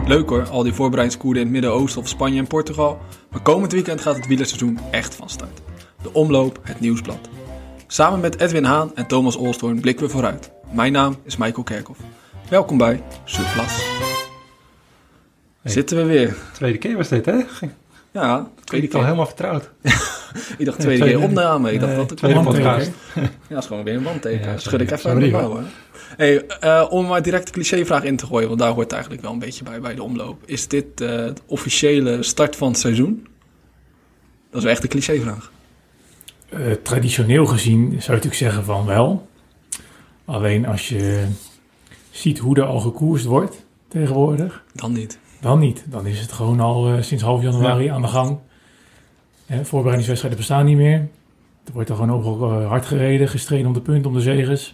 Leuk hoor, al die voorbereidingskoersen in het Midden-Oosten of Spanje en Portugal. Maar komend weekend gaat het wielerseizoen echt van start. De Omloop, het nieuwsblad. Samen met Edwin Haan en Thomas Olsthoorn blikken we vooruit. Mijn naam is Michael Kerkhoff. Welkom bij Surplus. Zitten we weer. Tweede keer was dit, hè? Ja, tweede keer. Al helemaal vertrouwd. Ik dacht tweede keer opname. Ik dacht dat ik tweede podcast. Ja, dat is gewoon weer een wandteken. Ja, Schud ik even sorry, aan de mouw, hè. Hey, om maar direct de clichévraag in te gooien, want daar hoort het eigenlijk wel een beetje bij de omloop. Is dit de officiële start van het seizoen? Dat is wel echt de clichévraag. Traditioneel gezien zou je natuurlijk zeggen van wel. Alleen als je ziet hoe er al gekoerst wordt tegenwoordig. Dan niet. Dan niet. Dan is het gewoon al sinds half januari aan de gang. Voorbereidingswedstrijden bestaan niet meer. Er wordt er gewoon overal hard gereden, gestreden om de punten, om de zeges.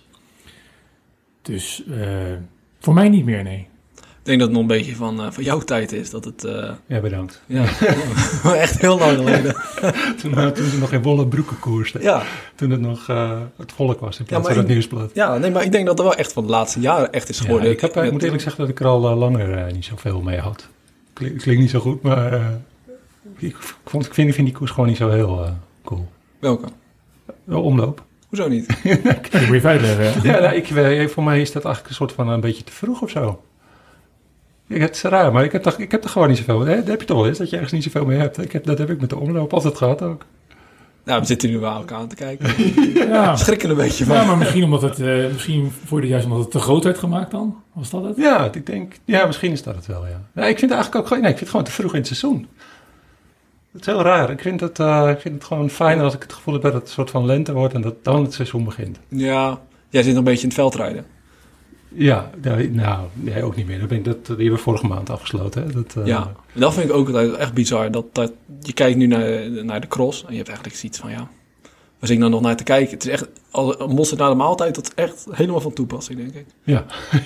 Dus voor mij niet meer, nee. Ik denk dat het nog een beetje van jouw tijd is. Dat het, Ja, bedankt. Ja, echt heel lang geleden. Toen ze nog in wollen broeken koersten. Ja. Toen het nog het volk was in plaats maar van het nieuwsblad. Ja, nee, maar ik denk dat dat wel echt van de laatste jaren echt is geworden. Ja, ik moet eerlijk zeggen dat ik er al langer niet zoveel mee had. Klinkt niet zo goed, maar ik vind die koers gewoon niet zo heel cool. Welke? De omloop. Hoezo niet? Dat moet je even uitleggen. Voor mij is dat eigenlijk een soort van een beetje te vroeg of zo. Het is raar, maar ik heb er gewoon niet zoveel. Dat heb je toch wel eens, dat je ergens niet zoveel mee hebt. Dat heb ik met de omloop altijd gehad ook. Nou, we zitten nu wel elkaar aan te kijken. Ja. Schrikken een beetje van. Ja, maar misschien omdat het, misschien voor de juist omdat het te groot werd gemaakt dan? Was dat het? Ja, ik denk, misschien is dat het wel, ja. Nee, ik vind het eigenlijk ook gewoon, ik vind het gewoon te vroeg in het seizoen. Het is heel raar. Ik vind het gewoon fijn als ik het gevoel heb dat het een soort van lente wordt en dat dan het seizoen begint. Ja, jij zit nog een beetje in het veldrijden. Ja, nee, ook niet meer. Die hebben we vorige maand afgesloten. Hè? Ja, en dat vind ik ook echt bizar. Dat je kijkt nu naar de cross en je hebt eigenlijk zoiets van, ja, waar zit ik nou nog naar te kijken? Het is echt, als een mosterd na de maaltijd, dat is echt helemaal van toepassing, denk ik. Ja.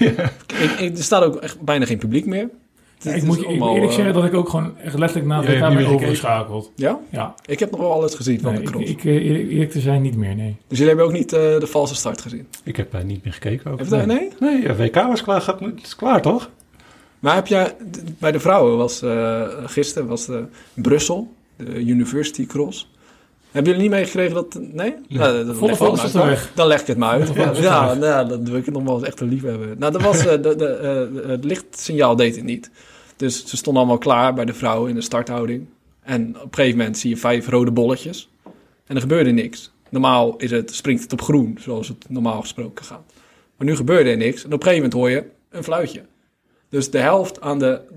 Er staat ook echt bijna geen publiek meer. Ja, ik moet eerlijk zeggen dat ik ook gewoon echt letterlijk na het WK ben overgeschakeld. Ja? Ja. Ik heb nog wel alles gezien van de cross. Eerlijk te zijn niet meer, nee. Dus jullie hebben ook niet de valse start gezien? Ik heb niet meer gekeken. Ook. Nee? Nee, WK was klaar. Het is klaar, toch? Maar heb jij, bij de vrouwen was gisteren Brussel, de University Cross. Hebben jullie niet meegekregen dat... Nee? Nou, dan leg ik het maar uit. Dan doe ik het nog wel eens echt een liefhebber. Nou, dat was het lichtsignaal deed het niet. Dus ze stonden allemaal klaar bij de vrouwen in de starthouding. En op een gegeven moment zie je 5 rode bolletjes. En er gebeurde niks. Normaal springt het op groen, zoals het normaal gesproken gaat. Maar nu gebeurde er niks. En op een gegeven moment hoor je een fluitje. Dus de helft van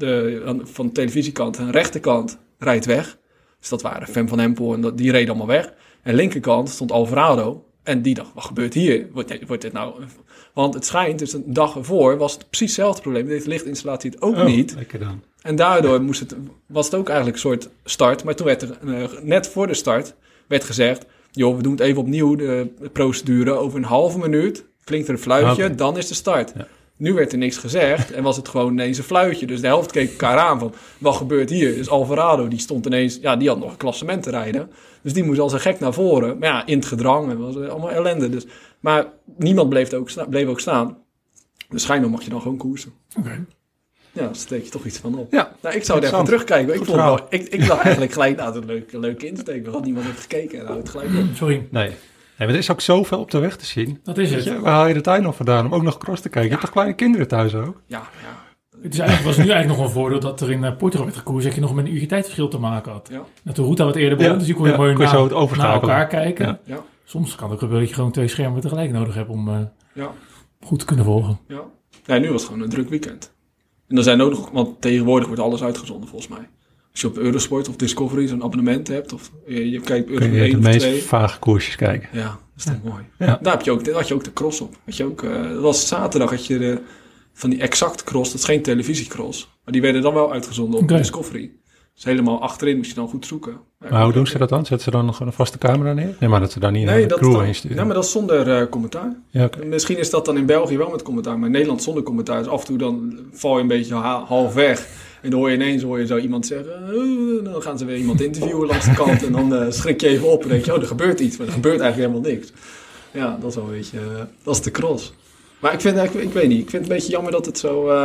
de televisiekant en de rechterkant rijdt weg. Dus dat waren Fem van Empel en die reden allemaal weg. En aan de linkerkant stond Alvarado. En die dacht, wat gebeurt hier? Wordt dit nou... Want het schijnt, dus een dag ervoor was het precies hetzelfde probleem. Deze lichtinstallatie het ook niet. Lekker dan. En daardoor was het ook eigenlijk een soort start. Maar toen werd er net voor de start werd gezegd... joh, we doen het even opnieuw, de procedure. Over een halve minuut klinkt er een fluitje, dan is de start. Ja. Nu werd er niks gezegd en was het gewoon ineens een fluitje. Dus de helft keek elkaar aan van, wat gebeurt hier? Dus Alvarado, die stond ineens, die had nog een klassement te rijden. Dus die moest als een gek naar voren. Maar ja, in het gedrang, en was allemaal ellende. Dus, maar niemand bleef ook staan. Dus schijnbaar mag je dan gewoon koersen. Okay. Ja, daar steek je toch iets van op. Ja, nou, ik zou er even terugkijken. Ik dacht eigenlijk gelijk, dat is een leuke insteek. Want niemand heeft gekeken en houdt het gelijk op. Sorry. Nee, maar er is ook zoveel op de weg te zien. Dat is het. Waar haal je de tijd nog vandaan om ook nog cross te kijken? Je hebt toch kleine kinderen thuis ook? Ja. Het was nu eigenlijk nog een voordeel dat er in Portugal werd gekoerst dat je nog met een uurtje tijdverschil te maken had. Ja. Dat de route wat eerder begon, dus je kon je mooi naar elkaar kijken. Ja. Soms kan het ook gebeuren dat je gewoon 2 schermen tegelijk nodig hebt om goed te kunnen volgen. Ja, nu was het gewoon een druk weekend. En er zijn ook nog, want tegenwoordig wordt alles uitgezonden volgens mij. Als je op Eurosport of Discovery zo'n abonnement hebt, of je kijkt Eurosport 1 of 2. De meest vage koersjes kijken. Ja, dat is toch mooi. Ja. Daar had je ook de cross op. Dat was zaterdag, had je van die exact cross, dat is geen televisiecross. Maar die werden dan wel uitgezonden op Discovery. Dus helemaal achterin moest je dan goed zoeken. Maar hoe doen ze dat dan? Zetten ze dan nog een vaste camera neer? Nee, maar dat ze daar niet naar de crew heen sturen. Nee, maar dat is zonder commentaar. Ja, okay. Misschien is dat dan in België wel met commentaar, maar in Nederland zonder commentaar. Dus af en toe dan val je een beetje half weg. En dan hoor je zo iemand zeggen... dan gaan ze weer iemand interviewen langs de kant. En dan schrik je even op en denk je... er gebeurt iets. Maar er gebeurt eigenlijk helemaal niks. Ja, dat is wel een beetje... dat is de cross. Maar ik weet niet. Ik vind het een beetje jammer dat het zo...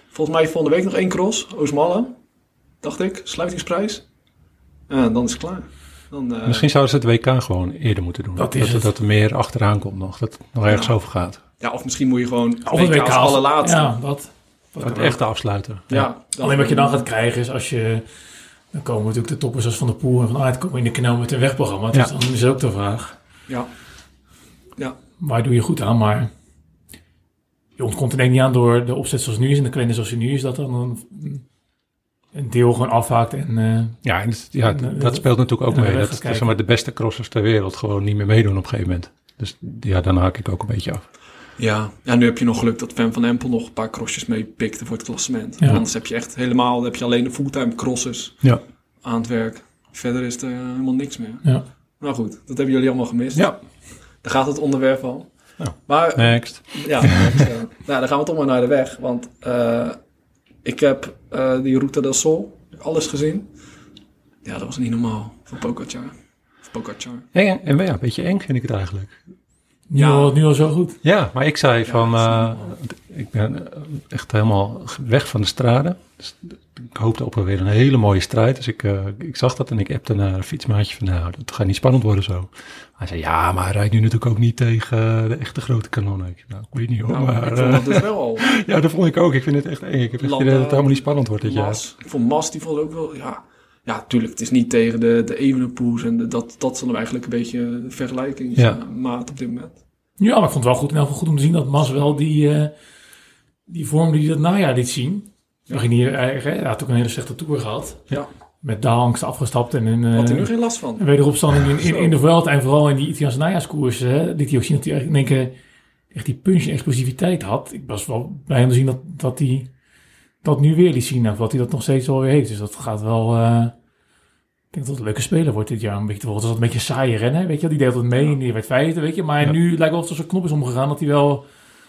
volgens mij volgende week nog 1 cross. Oostmalle, dacht ik. Sluitingsprijs. En dan is het klaar. Misschien zouden ze het WK gewoon eerder moeten doen. Dat er meer achteraan komt nog. Dat het nog ergens over gaat. Ja, of misschien moet je gewoon het WK als allerlaatste. Ja, het echt afsluiten. Ja. Alleen wat je dan gaat krijgen is als je... Dan komen natuurlijk de toppers als Van der Poel en Van Aert komen in de knel met een wegprogramma. Dus dan is ook de vraag. Ja. Waar doe je goed aan? Maar je ontkomt er denk ik niet aan door de opzet zoals het nu is en de kalender zoals het nu is. Dat dan een deel gewoon afhaakt. Dat speelt natuurlijk ook mee. Dat zeg maar, de beste crossers ter wereld gewoon niet meer meedoen op een gegeven moment. Dus dan haak ik ook een beetje af. Ja, nu heb je nog geluk dat Van Empel nog een paar crossjes mee pikte voor het klassement. Ja. Anders heb je echt dan heb je alleen de fulltime crossers aan het werk. Verder is er helemaal niks meer. Ja. Nou goed, dat hebben jullie allemaal gemist. Ja. Daar gaat het onderwerp al. Ja. Maar, next. Ja, next, nou, dan gaan we toch maar naar de weg. Want ik heb die Ruta del Sol, alles gezien. Ja, dat was niet normaal voor Pogacar. En een beetje eng vind ik het eigenlijk. Nu al zo goed. Ja, maar ik zei ik ben echt helemaal weg van de straden. Dus ik hoopte op weer een hele mooie strijd. Dus ik zag dat en ik appte naar een fietsmaatje van dat gaat niet spannend worden zo. Hij zei maar hij rijdt nu natuurlijk ook niet tegen de echte grote kanonnen. Ik weet niet hoor. Maar, ik vond dat dus wel al. Ja, dat vond ik ook. Ik vind het echt eng. Ik heb echt idee dat het helemaal niet spannend wordt dit jaar. Ik vond Mas, die vond ook wel, ja, tuurlijk, het is niet tegen de Evenepoels en dat zijn eigenlijk een beetje de vergelijkingsmaat op dit moment. Ja, maar ik vond het wel goed, in elk geval goed om te zien dat Mas wel die vorm die dat najaar liet zien. Hij had ook een hele slechte tour gehad. Ja. Met daalangst afgestapt. En had hij nu geen last van. En wederopstanding in de Vuelta en vooral in die Italiaanse najaarskoers liet hij ook zien dat hij eigenlijk in één keer echt die punch en explosiviteit had. Ik was wel blij om te zien dat hij dat nu weer liet zien. Of dat hij dat nog steeds wel weer heeft. Dus dat gaat wel... ik denk dat het een leuke speler wordt dit jaar. Bijvoorbeeld was dat een beetje saaie rennen, weet je. Die deed altijd mee en die werd vijfde, weet je. Maar nu lijkt wel alsof er een knop is omgegaan dat hij wel...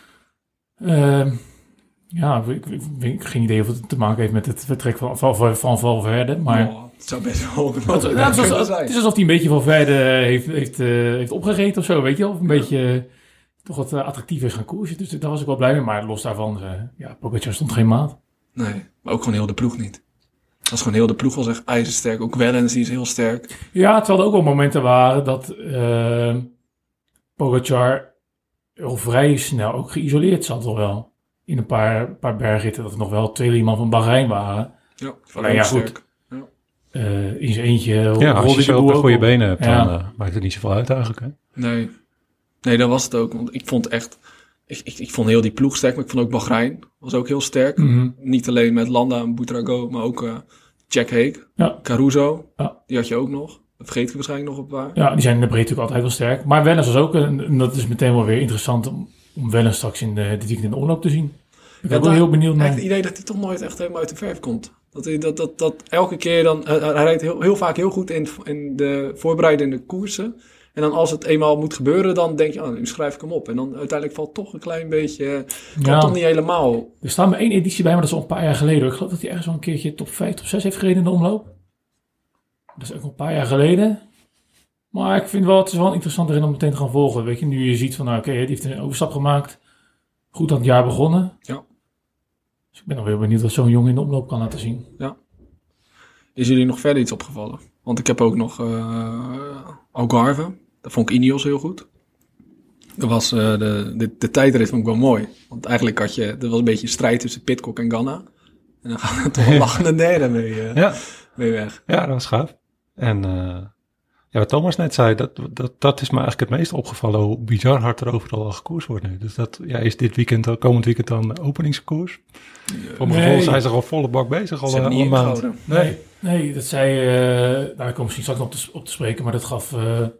ik heb geen idee of het te maken heeft met het vertrek van Valverde, maar... het zou best wel het is alsof hij een beetje Valverde heeft opgegeten of zo, weet je. Of een beetje toch wat attractiever is gaan koersen. Dus daar was ik wel blij mee. Maar los daarvan, Pogacar stond geen maat. Nee, maar ook gewoon heel de ploeg niet. Dat is gewoon heel de ploeg was echt ijzersterk. Ook Wellens, die is heel sterk. Ja, terwijl er ook wel momenten waren dat Pogacar heel vrij snel ook geïsoleerd zat al wel. In een paar bergritten dat er nog wel 2-3 man van Bahrein waren. Ja, goed. Ja. In zijn eentje. Als je zo voor je benen hebt, dan maakt het niet zoveel uit eigenlijk. Hè? Nee, dat was het ook. Want ik vond echt... Ik vond heel die ploeg sterk, maar ik vond ook Bahrein was ook heel sterk. Mm-hmm. Niet alleen met Landa en Buitrago, maar ook Jack Hague, Caruso. Ja. Die had je ook nog. Dat vergeet ik waarschijnlijk nog op waar. Ja, die zijn in de breedte natuurlijk altijd wel sterk. Maar Wellens was ook, en dat is meteen wel weer interessant om Wellens straks dit weekend in de omloop te zien. Ik ben wel heel benieuwd naar. Het idee dat hij toch nooit echt helemaal uit de verf komt. Dat elke keer dan... hij rijdt heel vaak heel goed in de voorbereidende koersen. En dan als het eenmaal moet gebeuren, dan denk je, nu schrijf ik hem op. En dan uiteindelijk valt toch een klein beetje... Komt toch niet helemaal... Er staat maar 1 editie bij, maar dat is al een paar jaar geleden. Ik geloof dat hij ergens wel een keertje top 5, top 6 heeft gereden in de omloop. Dat is ook al een paar jaar geleden. Maar ik vind wel, het is wel interessant erin om meteen te gaan volgen. Weet je, nu je ziet van, die heeft een overstap gemaakt. Goed aan het jaar begonnen. Ja. Dus ik ben nog weer benieuwd wat zo'n jongen in de omloop kan laten zien. Ja. Is jullie nog verder iets opgevallen? Want ik heb ook nog Algarve. Dat vond ik Ineos heel goed. Dat was de tijdrit vond ik wel mooi. Want eigenlijk was een beetje een strijd tussen Pidcock en Ganna. En dan gaan we toch een lachende derde mee weg. Ja, dat was gaaf. En wat Thomas net zei, dat is me eigenlijk het meest opgevallen. Hoe bizar hard er overal al gekoers wordt nu. Dus dat is komend weekend dan de openingskoers. Voor mijn gevoel zijn ze al volle bak bezig al een maand. Nee, dat zei... daar kom ik misschien straks op te spreken, maar dat gaf...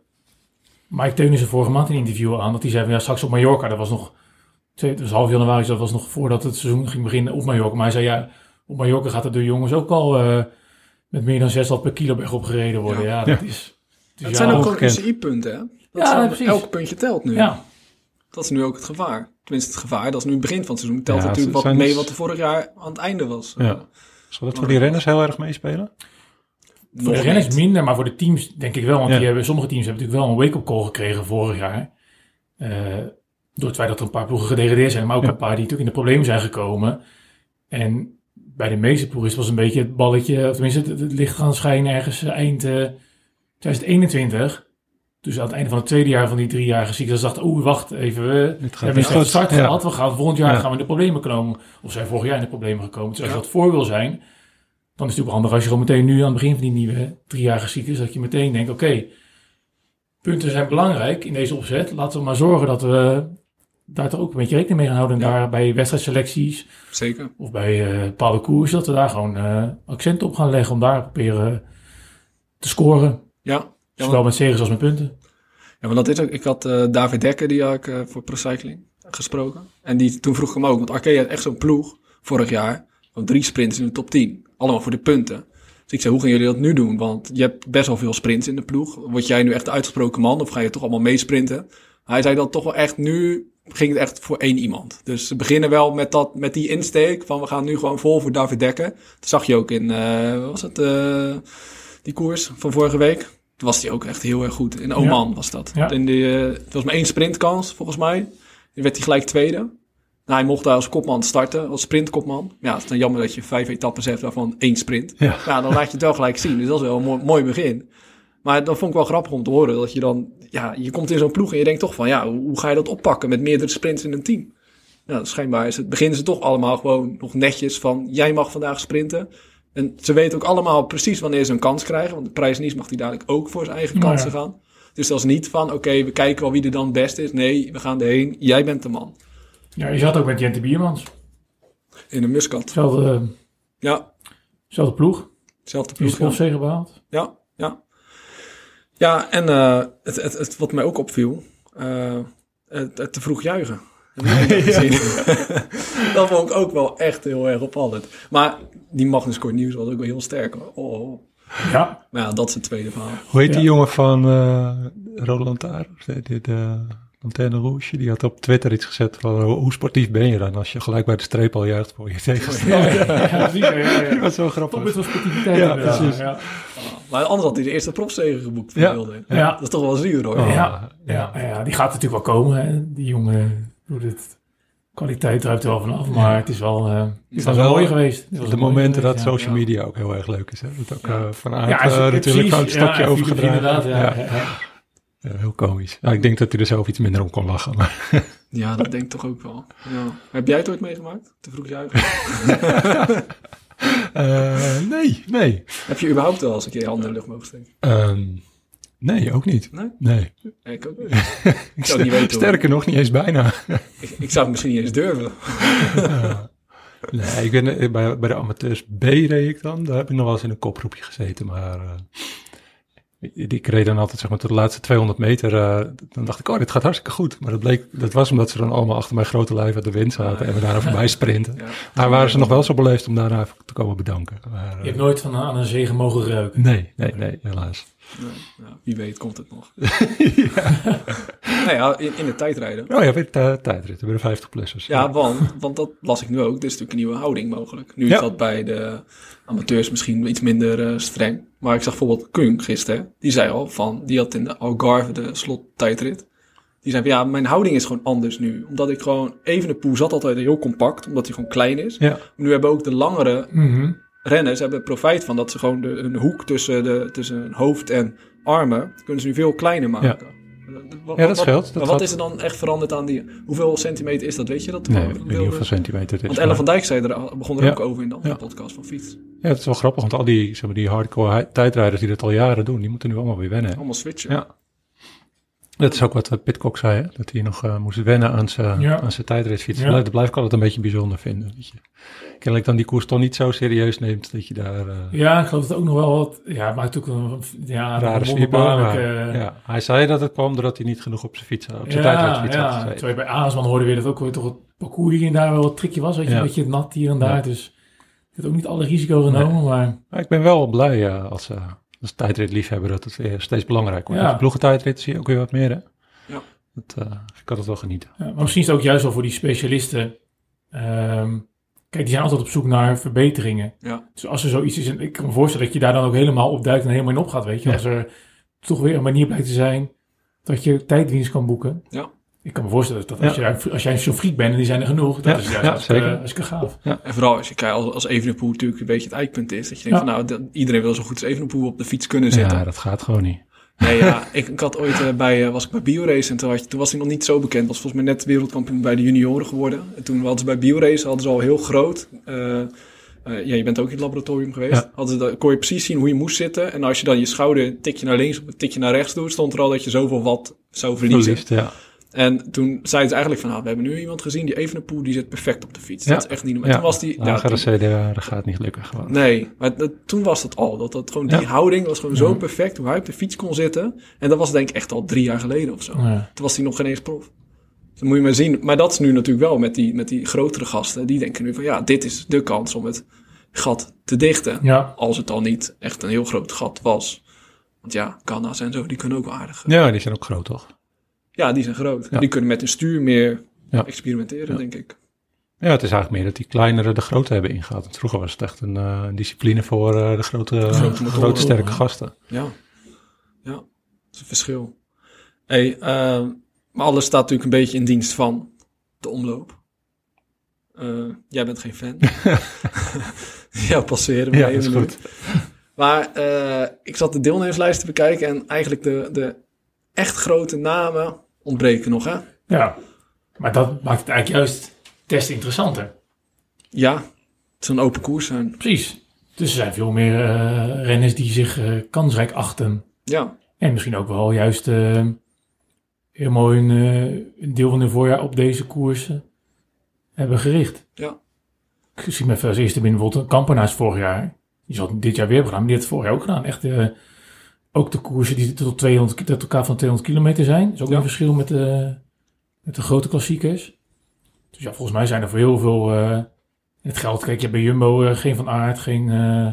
Mike Teunissen vorige maand een interview aan. Dat hij zei van straks op Mallorca. Dat was nog... Het was half januari, dat was nog voordat het seizoen ging beginnen op Mallorca. Maar hij zei op Mallorca gaat er door jongens ook al met meer dan 600 per kilo bergop gereden worden. Ja, dat is... Het zijn ook gewoon UCI-punten, hè? Precies. Elk puntje telt nu. Ja. Dat is nu ook het gevaar. Tenminste, het gevaar, dat is nu het begin van het seizoen. Telt natuurlijk wat mee wat er vorig jaar aan het einde was. Ja. Zal dat voor die renners heel erg meespelen? Voor de renners minder, maar voor de teams denk ik wel. Want sommige teams hebben natuurlijk wel een wake-up call gekregen vorig jaar. Door het feit dat er een paar ploegen gedegradeerd zijn. Maar ook een paar die natuurlijk in de problemen zijn gekomen. En bij de meeste ploegen was een beetje het balletje, of tenminste het licht gaan schijnen ergens eind 2021. Dus aan het einde van het tweede jaar van die 3-jarige ziekte, dachten wacht even, we hebben een start gehad. We gaan volgend jaar gaan we in de problemen komen. Of zijn vorig jaar in de problemen gekomen. Dus als je dat voor wil zijn, dan is het natuurlijk handig als je gewoon meteen nu aan het begin van die nieuwe 3-jarige cyclus, dat je meteen denkt, oké, punten zijn belangrijk in deze opzet. Laten we maar zorgen dat we daar toch ook een beetje rekening mee gaan houden. En daar bij wedstrijdselecties, zeker, of bij bepaalde koers, dat we daar gewoon accent op gaan leggen om daar proberen te scoren. Ja. Zowel met zegens als met punten. Ja, maar dat is ook. Ik had David Dekker, die had ik voor Procycling gesproken. En toen vroeg ik hem ook, want Arkea had echt zo'n ploeg vorig jaar. Van 3 sprints in de top 10. Allemaal voor de punten. Dus ik zei, hoe gaan jullie dat nu doen? Want je hebt best wel veel sprints in de ploeg. Word jij nu echt de uitgesproken man? Of ga je toch allemaal meesprinten? Hij zei dat toch wel echt, nu ging het echt voor 1 iemand. Dus ze beginnen wel met die insteek van we gaan nu gewoon vol voor David Dekker. Dat zag je ook in, die koers van vorige week. Toen was hij ook echt heel erg goed. In Oman was dat. Ja. Het was maar 1 sprintkans, volgens mij. Dan werd hij gelijk tweede. Nou, hij mocht daar als kopman starten, als sprintkopman. Ja, het is dan jammer dat je 5 etappes hebt, waarvan 1 sprint. Ja. Nou, dan laat je het wel gelijk zien. Dus dat is wel een mooi begin. Maar dat vond ik wel grappig om te horen. Dat je dan, je komt in zo'n ploeg en je denkt toch van, hoe ga je dat oppakken met meerdere sprints in een team? Nou, schijnbaar beginnen ze toch allemaal gewoon nog netjes van, jij mag vandaag sprinten. En ze weten ook allemaal precies wanneer ze een kans krijgen. Want de prijs-Nice mag hij dadelijk ook voor zijn eigen kansen gaan. Dus dat is niet van, oké, we kijken wel wie er dan het beste is. Nee, we gaan erheen. Jij bent de man. Ja, je zat ook met Jente Biermans. In de Muscat. Zelfde ploeg. Zelfde ploeg, die profzege behaald. Ja. Ja, en het wat mij ook opviel. Het te vroeg juichen. Dat vond ik ook wel echt heel erg opvallend. Maar die Magnus Kort Nieuws was ook wel heel sterk. Oh. Ja. Maar ja, dat is het tweede verhaal. Hoe heet die jongen van Rode Lantaarn? De Lanterne Rouge? Die had op Twitter iets gezet van hoe sportief ben je dan als je gelijk bij de streep al juicht voor je tegenstander. Ja. Die was zo grappig. Met zo'n sportiviteit. Ja, precies. Ja. Maar anders had hij de eerste profzege geboekt. Dat is toch wel zuur hoor. Ja, die gaat natuurlijk wel komen. Hè. Die jongen doet het. Kwaliteit druipt er wel vanaf, maar het is wel, mooi geweest. De momenten dat social media ook heel erg leuk is. Hè? Dat ook vanuit natuurlijk een stokje overgedragen. Ja, heel komisch. Nou, ik denk dat hij er zelf iets minder om kon lachen. Maar. Ja, dat denk ik toch ook wel. Ja. Heb jij het ooit meegemaakt? Te vroeg juichen? Nee. Heb je überhaupt wel eens een keer je handen in de lucht mogen steken? Nee, ook niet. Nee. Ik ook niet. Ik zou het niet weten. Sterker nog, niet eens bijna. Ik zou het misschien niet eens durven. Nee, ik ben bij de amateurs B reed ik dan. Daar heb ik nog wel eens in een kopgroepje gezeten. Maar ik reed dan altijd zeg maar tot de laatste 200 meter. Dan dacht ik, dit gaat hartstikke goed. Maar dat was omdat ze dan allemaal achter mijn grote lijf uit de wind zaten. En we daar voorbij sprinten. Ja. Maar waren ze nog wel zo beleefd om daarna even te komen bedanken. Maar, je hebt nooit aan een zege mogen ruiken? Nee, helaas. Wie weet komt het nog. In de tijdrijden. Oh ja, weer tijdritten bij de 50-plussers. Ja, want dat las ik nu ook. Dit is natuurlijk een nieuwe houding mogelijk. Nu is dat bij de amateurs misschien iets minder streng. Maar ik zag bijvoorbeeld Kung gisteren. Die zei al die had in de Algarve de slottijdrit. Die zei van, mijn houding is gewoon anders nu. Omdat ik gewoon, Evenepoel zat altijd heel compact. Omdat hij gewoon klein is. Ja. Nu hebben ook de langere renners hebben profijt van dat ze gewoon een hoek tussen hun hoofd en armen kunnen ze nu veel kleiner maken. Ja, dat scheelt. Wat is er dan echt veranderd aan die... Hoeveel centimeter is dat, weet je dat? Nee, ik weet niet hoeveel centimeter het is. Want Ellen van Dijk begon er ook over in de podcast van Fiets. Ja, het is wel grappig, want al die hardcore tijdrijders die dat al jaren doen, die moeten nu allemaal weer wennen. Allemaal switchen. Ja. Dat is ook wat Pidcock zei, hè? Dat hij nog moest wennen aan zijn tijdritfiets. Ja. Dat blijf ik altijd een beetje bijzonder vinden. Dat je kennelijk dan die koers toch niet zo serieus neemt dat je daar... Ja, ik geloof dat ook nog wel wat... Ja, het maakt ook een rare sweeper. Hij zei dat het kwam doordat hij niet genoeg op zijn tijdritfiets had gezeten. Terwijl bij Aasman hoorde weer dat ook weer toch het parcours hier en daar wel wat tricky was. Weet je, een beetje nat hier en daar. Dus ik heb ook niet alle risico genomen, maar ik ben wel blij als tijdritliefhebber dat het weer steeds belangrijk wordt. Ja. De ploegentijdrit zie je ook weer wat meer, hè? Ja. Ik kan het wel genieten. Ja, maar misschien is het ook juist wel voor die specialisten... kijk, die zijn altijd op zoek naar verbeteringen. Ja. Dus als er zoiets is... En ik kan me voorstellen dat je daar dan ook helemaal op duikt en helemaal in opgaat, weet je. Ja. Als er toch weer een manier blijkt te zijn dat je tijdwinst kan boeken. Ja. Ik kan me voorstellen dat als jij zo'n freak bent en die zijn er genoeg, dat is juist hartstikke gaaf. Ja. En vooral als je kijkt als Evenepoel natuurlijk een beetje het eikpunt is, dat je denkt van iedereen wil zo goed als Evenepoel op de fiets kunnen zitten. Ja, dat gaat gewoon niet. Nee, ik had ooit was ik bij BioRace en toen was hij nog niet zo bekend. Was volgens mij net wereldkampioen bij de junioren geworden. En toen hadden ze bij BioRace al heel groot. Je bent ook in het laboratorium geweest. Ja. Kon je precies zien hoe je moest zitten. En als je dan je schouder een tikje naar links of een tikje naar rechts doet, stond er al dat je zoveel watt zou verliezen. Ja. En toen zeiden ze eigenlijk van, we hebben nu iemand gezien, die Evenepoel, die zit perfect op de fiets. Dat is echt niet normaal. Ja. Toen was die, lagere CDA, dat gaat niet lukken gewoon. Nee, maar toen was dat al. Dat gewoon die houding was gewoon zo perfect, hoe hij op de fiets kon zitten. En dat was denk ik echt al 3 jaar geleden of zo. Ja. Toen was hij nog geen eens prof. Dus dan moet je maar zien. Maar dat is nu natuurlijk wel met die grotere gasten. Die denken nu van, dit is de kans om het gat te dichten. Ja. Als het al niet echt een heel groot gat was. Want Ganna's en zo, die kunnen ook wel aardig. Ja, die zijn ook groot, toch? Ja, die zijn groot. Ja. Die kunnen met een stuur meer experimenteren, denk ik. Ja, het is eigenlijk meer dat die kleinere de grote hebben ingehaald. Want vroeger was het echt een discipline voor de grote sterke gasten. Ja, dat is een verschil. Maar alles staat natuurlijk een beetje in dienst van de omloop. Jij bent geen fan. Passeren. Ja, dat is goed. Maar ik zat de deelnemerslijst te bekijken en eigenlijk de echt grote namen ontbreken nog, hè? Ja, maar dat maakt het eigenlijk juist testen interessanter. Ja, het is een open koers zijn. Precies. Dus er zijn veel meer renners die zich kansrijk achten. Ja. En misschien ook wel juist heel mooi een deel van hun voorjaar op deze koersen hebben gericht. Ja. Ik zie me even als eerste binnen bijvoorbeeld Kampenaars vorig jaar. Die zal het dit jaar weer hebben gedaan, maar die heeft het vorig jaar ook gedaan. Echt ook de koersen die tot elkaar van 200 kilometer zijn. Dat is ook een verschil met de grote klassiekers. Dus volgens mij zijn er voor heel veel het geld. Kijk, je hebt bij Jumbo geen Van Aert, geen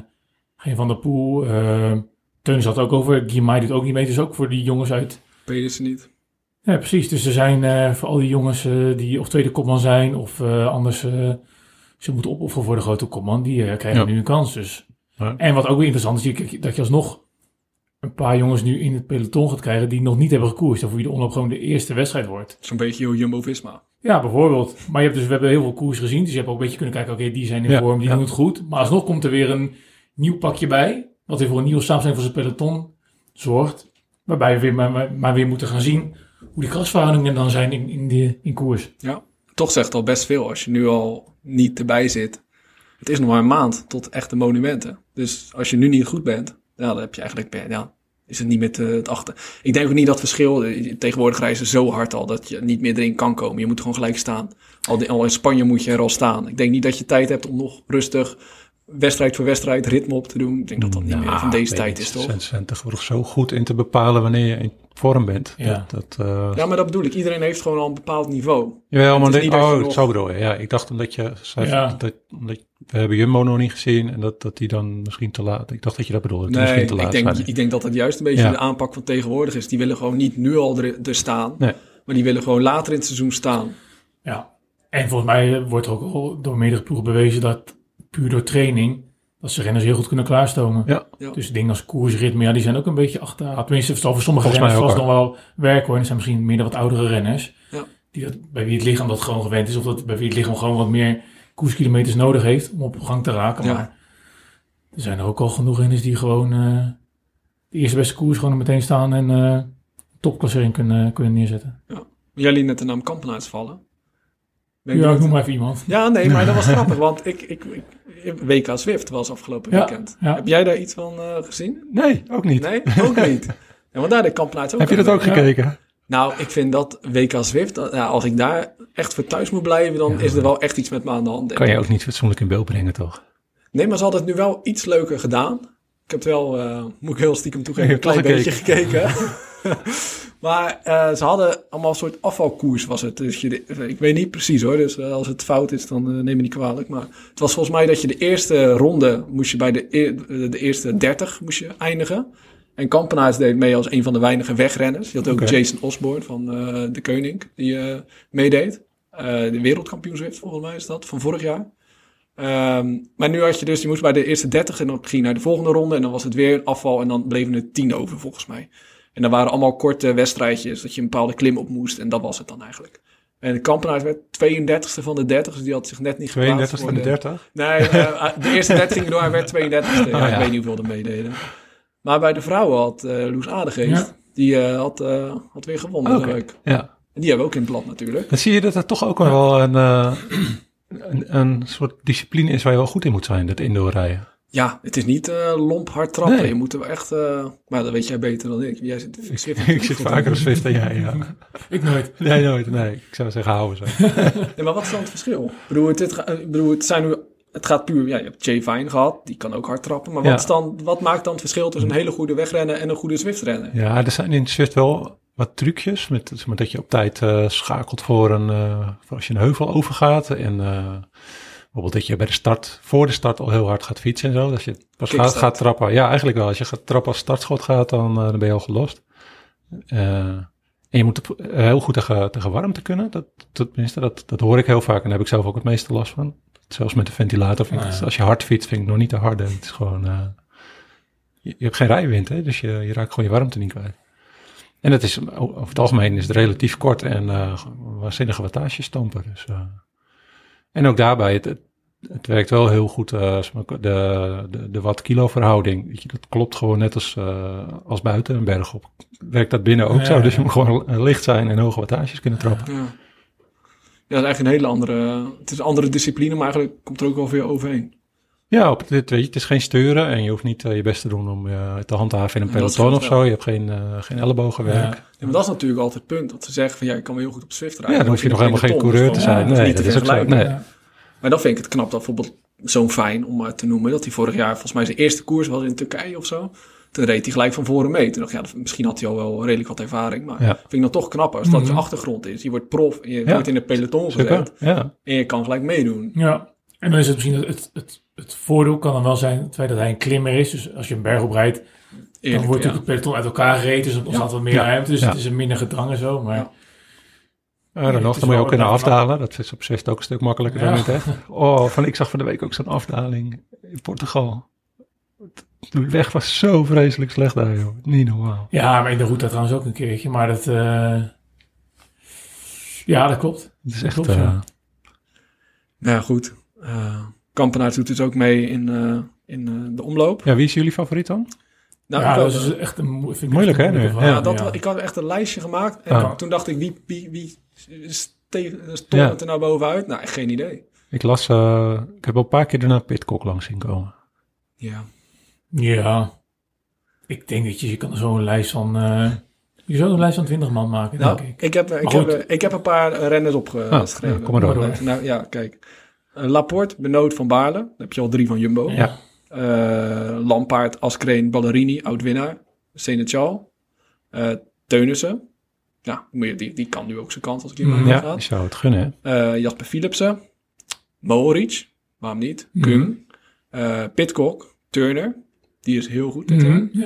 Van der Poel. Teun zat ook over. Guimai doet ook niet mee. Dus ook voor die jongens uit... Pedersen niet. Ja, precies. Dus er zijn voor al die jongens die of tweede kopman zijn of anders ze moeten opofferen voor de grote kopman. Die krijgen nu een kans. Dus. Ja. En wat ook weer interessant is, dat je alsnog een paar jongens nu in het peloton gaat krijgen die nog niet hebben gekoerst. Of wie de omloop gewoon de eerste wedstrijd wordt. Zo'n beetje Jumbo-Visma. Ja, bijvoorbeeld. Maar we hebben heel veel koers gezien. Dus je hebt ook een beetje kunnen kijken, oké, die zijn in vorm, die doen het goed. Maar alsnog komt er weer een nieuw pakje bij. Wat weer voor een nieuwe samenstelling van zijn peloton zorgt. Waarbij we maar weer moeten gaan zien hoe die krasverhoudingen dan zijn in koers. Ja, toch zegt al best veel als je nu al niet erbij zit. Het is nog maar een maand tot echte monumenten. Dus als je nu niet goed bent, dan heb je eigenlijk, is het niet met het achter. Ik denk ook niet dat verschil, tegenwoordig reizen zo hard al dat je niet meer erin kan komen. Je moet gewoon gelijk staan. Al in Spanje moet je er al staan. Ik denk niet dat je tijd hebt om nog rustig wedstrijd voor wedstrijd ritme op te doen. Ik denk dat dat niet meer van deze tijd is, toch? Ze zijn tegenwoordig zo goed in te bepalen wanneer je in vorm bent. Ja, ja, maar dat bedoel ik. Iedereen heeft gewoon al een bepaald niveau. Ja, maar zo bedoel je. Ja, ik dacht omdat je zei omdat we hebben Jumbo nog niet gezien en dat die dan misschien te laat. Ik dacht dat je dat bedoelde. Nee, ik denk dat het juist een beetje de aanpak van tegenwoordig is. Die willen gewoon niet nu al er staan, maar die willen gewoon later in het seizoen staan. Ja, en volgens mij wordt er ook al door meerdere ploegen bewezen dat puur door training dat ze renners heel goed kunnen klaarstomen. Ja. Dus dingen als koersritme, die zijn ook een beetje achter. Tenminste, het zal voor sommige renners vast nog wel werken hoor. Er zijn misschien meer wat oudere renners. Ja. Bij wie het lichaam dat gewoon gewend is. Of bij wie het lichaam gewoon wat meer koerskilometers nodig heeft om op gang te raken. Ja. Maar er zijn er ook al genoeg renners die gewoon de eerste beste koers gewoon er meteen staan en topklassering kunnen neerzetten. Ja. Jij liet net de naam Kampenaars vallen. Ik noem maar even iemand. Ja, nee, maar dat was grappig, want WK Zwift was afgelopen weekend. Ja. Heb jij daar iets van gezien? Nee, ook niet. Nee, ook niet. Ja, want daar de Kampenaars ook. Heb je dat ook gekeken? Nou, ik vind dat WK Zwift, als ik daar echt voor thuis moet blijven, dan is er wel echt iets met me aan de hand. Kan je ook niet fatsoenlijk in beeld brengen, toch? Nee, maar ze hadden het nu wel iets leuker gedaan. Ik heb het wel, moet ik heel stiekem toegeven, een klein beetje gekeken. Maar ze hadden allemaal een soort afvalkoers was het. Dus ik weet niet precies hoor, dus als het fout is dan neem me niet kwalijk. Maar het was volgens mij dat je de eerste ronde moest je bij de eerste 30 moest je eindigen. En Kampenaars deed mee als een van de weinige wegrenners. Je had ook Jason Osborne van de Koning die meedeed. De wereldkampioen Zwift volgens mij is dat, van vorig jaar. Maar nu had je dus, je moest bij de eerste 30 en dan ging je naar de volgende ronde. En dan was het weer afval en dan bleven er 10 over volgens mij. En dan waren allemaal korte wedstrijdjes, dat je een bepaalde klim op moest. En dat was het dan eigenlijk. En Kampenaars werd 32e van de 30, dus die had zich net niet geplaatst. 32e van de 30? Nee, de eerste 30 ging door, hij werd 32e. Ja, ik weet niet hoeveel er meededen. Maar bij de vrouwen had Loes Adegeest, die had weer gewonnen. Okay. Ja. En die hebben we ook in het blad natuurlijk. Dan zie je dat er toch ook wel een soort discipline is waar je wel goed in moet zijn, dat indoor rijden. Ja, het is niet lomp hard trappen. Nee. Je moet er echt... maar dat weet jij beter dan ik. Jij zit ik zit vaker op Zwift dan jij, ja. Ik nooit. Jij nooit, nee. Ik zou zeggen, houden zo. Nee, maar wat is dan het verschil? Het gaat puur... Ja, je hebt Jay Vine gehad. Die kan ook hard trappen. Maar wat maakt dan het verschil tussen een hele goede wegrennen en een goede Zwift-rennen? Ja, er zijn in Zwift wel wat trucjes. Met dat je op tijd schakelt voor als je een heuvel overgaat. En bijvoorbeeld dat je voor de start al heel hard gaat fietsen en zo. Dat je pas gaat trappen. Ja, eigenlijk wel. Als je gaat trappen als startschot gaat, dan ben je al gelost. En je moet heel goed tegen warmte kunnen. Dat hoor ik heel vaak en daar heb ik zelf ook het meeste last van. Zelfs met de ventilator vind ik als je hard fietst, vind ik nog niet te harde. Het is gewoon, je hebt geen rijwind, hè? Dus je raakt gewoon je warmte niet kwijt. En het is, over het algemeen is het relatief kort en waanzinnige wattage stampen. Dus, en ook daarbij, het werkt wel heel goed, de watt-kilo verhouding. Weet je, dat klopt gewoon net als buiten een berg op. Werkt dat binnen ook zo, dus je moet gewoon licht zijn en hoge wattages kunnen trappen. Ja. Ja, dat is eigenlijk een hele andere... Het is een andere discipline, maar eigenlijk komt er ook wel veel overheen. Ja, weet je, het is geen steuren en je hoeft niet je best te doen om te handhaven in een peloton of zo. Je hebt geen ellebogenwerk. Ja, maar dat is natuurlijk altijd het punt. Dat ze zeggen van, ja, ik kan wel heel goed op Zwift rijden. Ja, dan hoef je nog helemaal geen coureur te zijn. Nee, dat is ook zo. Nee. Maar dan vind ik het knap dat bijvoorbeeld zo'n Fijn, om maar te noemen, dat hij vorig jaar volgens mij zijn eerste koers was in Turkije of zo. Toen reed hij gelijk van voren mee. Toen dacht ik, ja, misschien had hij al wel redelijk wat ervaring. Maar vind ik dan toch knapper als dat je achtergrond is. Je wordt prof en je wordt in een peloton gezet. Ja. En je kan gelijk meedoen. Ja, en dan is het misschien het voordeel kan dan wel zijn het feit dat hij een klimmer is. Dus als je een berg op rijdt, dan wordt het peloton uit elkaar gereden. Dus dan staat wat meer ruimte. Dus het is een minder gedrang en zo. Maar dan moet je ook kunnen afdalen. Dat is op Zwift ook een stuk makkelijker dan het, hè? Ik zag van de week ook zo'n afdaling in Portugal. De weg was zo vreselijk slecht daar, joh. Niet normaal. Ja, maar in de route trouwens ook een keertje. Maar dat... ja, dat klopt. Het is echt... Ja, goed. Kampenaars doet dus ook mee in de omloop. Ja, wie is jullie favoriet dan? Nou, dat is echt moeilijk, hè? Ik had echt een lijstje gemaakt. En toen dacht ik, wie stond het er nou bovenuit? Nou, echt geen idee. Ik heb al een paar keer daarna Pidcock langs zien komen. Ja, ik denk dat je kan zo'n lijst van... je zou een lijst van 20 man maken, denk ik. Ik heb een paar renners opgeschreven. Kom maar door. Nou ja, kijk. Laporte, Benoot, Van Baarle. Dan heb je al 3 van Jumbo. Ja. Lampaard, Askreen, Ballerini, oud-winnaar. Senechal. Teunissen. Ja, die kan nu ook zijn kans als ik hier gaat. Ja, die zou het gunnen, hè. Jasper Philipsen. Mohoric. Waarom niet? Kung. Pidcock. Turner. Die is heel goed.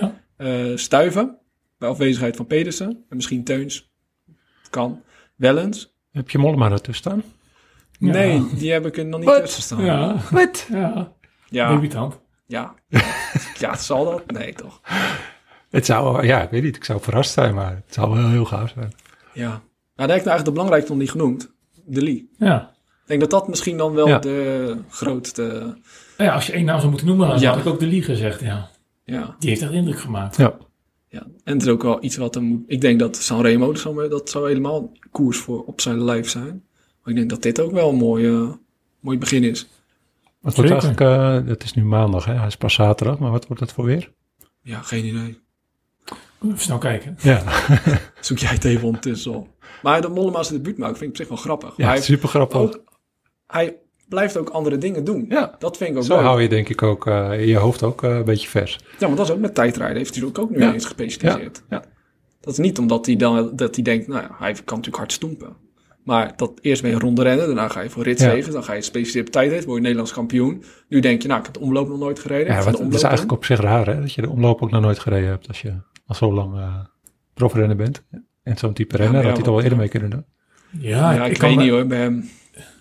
Stuyven. Bij afwezigheid van Pedersen. En misschien Teuns. Kan. Wellens. Heb je Mollema ertussen staan? Ja. Nee, die heb ik er nog niet tussen staan. Ja. Wat? Ja. Debutant. Ja, zal dat? Nee, toch? Het zou, ik weet niet. Ik zou verrast zijn, maar het zou wel heel gaaf zijn. Ja. Nou, daar heb ik eigenlijk de belangrijkste nog niet genoemd. De Lee. Ja. Ik denk dat misschien dan wel de grootste... Ja, als je één naam zou moeten noemen, dan had ik ook de Lee gezegd, ja. Die heeft echt indruk gemaakt. Ja. En het is ook wel iets wat er moet... Ik denk dat Sanremo, dat zou helemaal koers voor op zijn lijf zijn. Maar ik denk dat dit ook wel een mooi begin is. Wat wordt eigenlijk... het is nu maandag, hè? Hij is pas zaterdag. Maar wat wordt het voor weer? Ja, geen idee. Even snel kijken. Ja. Zoek jij het even ondertussen op. Maar de Mollema's debuut maken vind ik op zich wel grappig. Ja, super grappig. Hij blijft ook andere dingen doen. Ja. Dat vind ik ook zo leuk. Hou je denk ik ook je hoofd ook een beetje vers. Ja, maar dat is ook met tijdrijden. Heeft hij ook nu eens gespecialiseerd. Ja. Dat is niet omdat hij denkt, nou ja, hij kan natuurlijk hard stoempen. Maar dat eerst ben je ronde rennen, daarna ga je voor ritzeges, dan ga je specialiseerd op tijdrit, word je Nederlands kampioen. Nu denk je, nou, ik heb de omloop nog nooit gereden. Ja, dat is eigenlijk op zich raar, hè? Dat je de omloop ook nog nooit gereden hebt als je al zo lang profrenner bent. En zo'n type renner, had hij het al wel eerder mee kunnen doen. Ja, ik weet niet hoor, bij hem.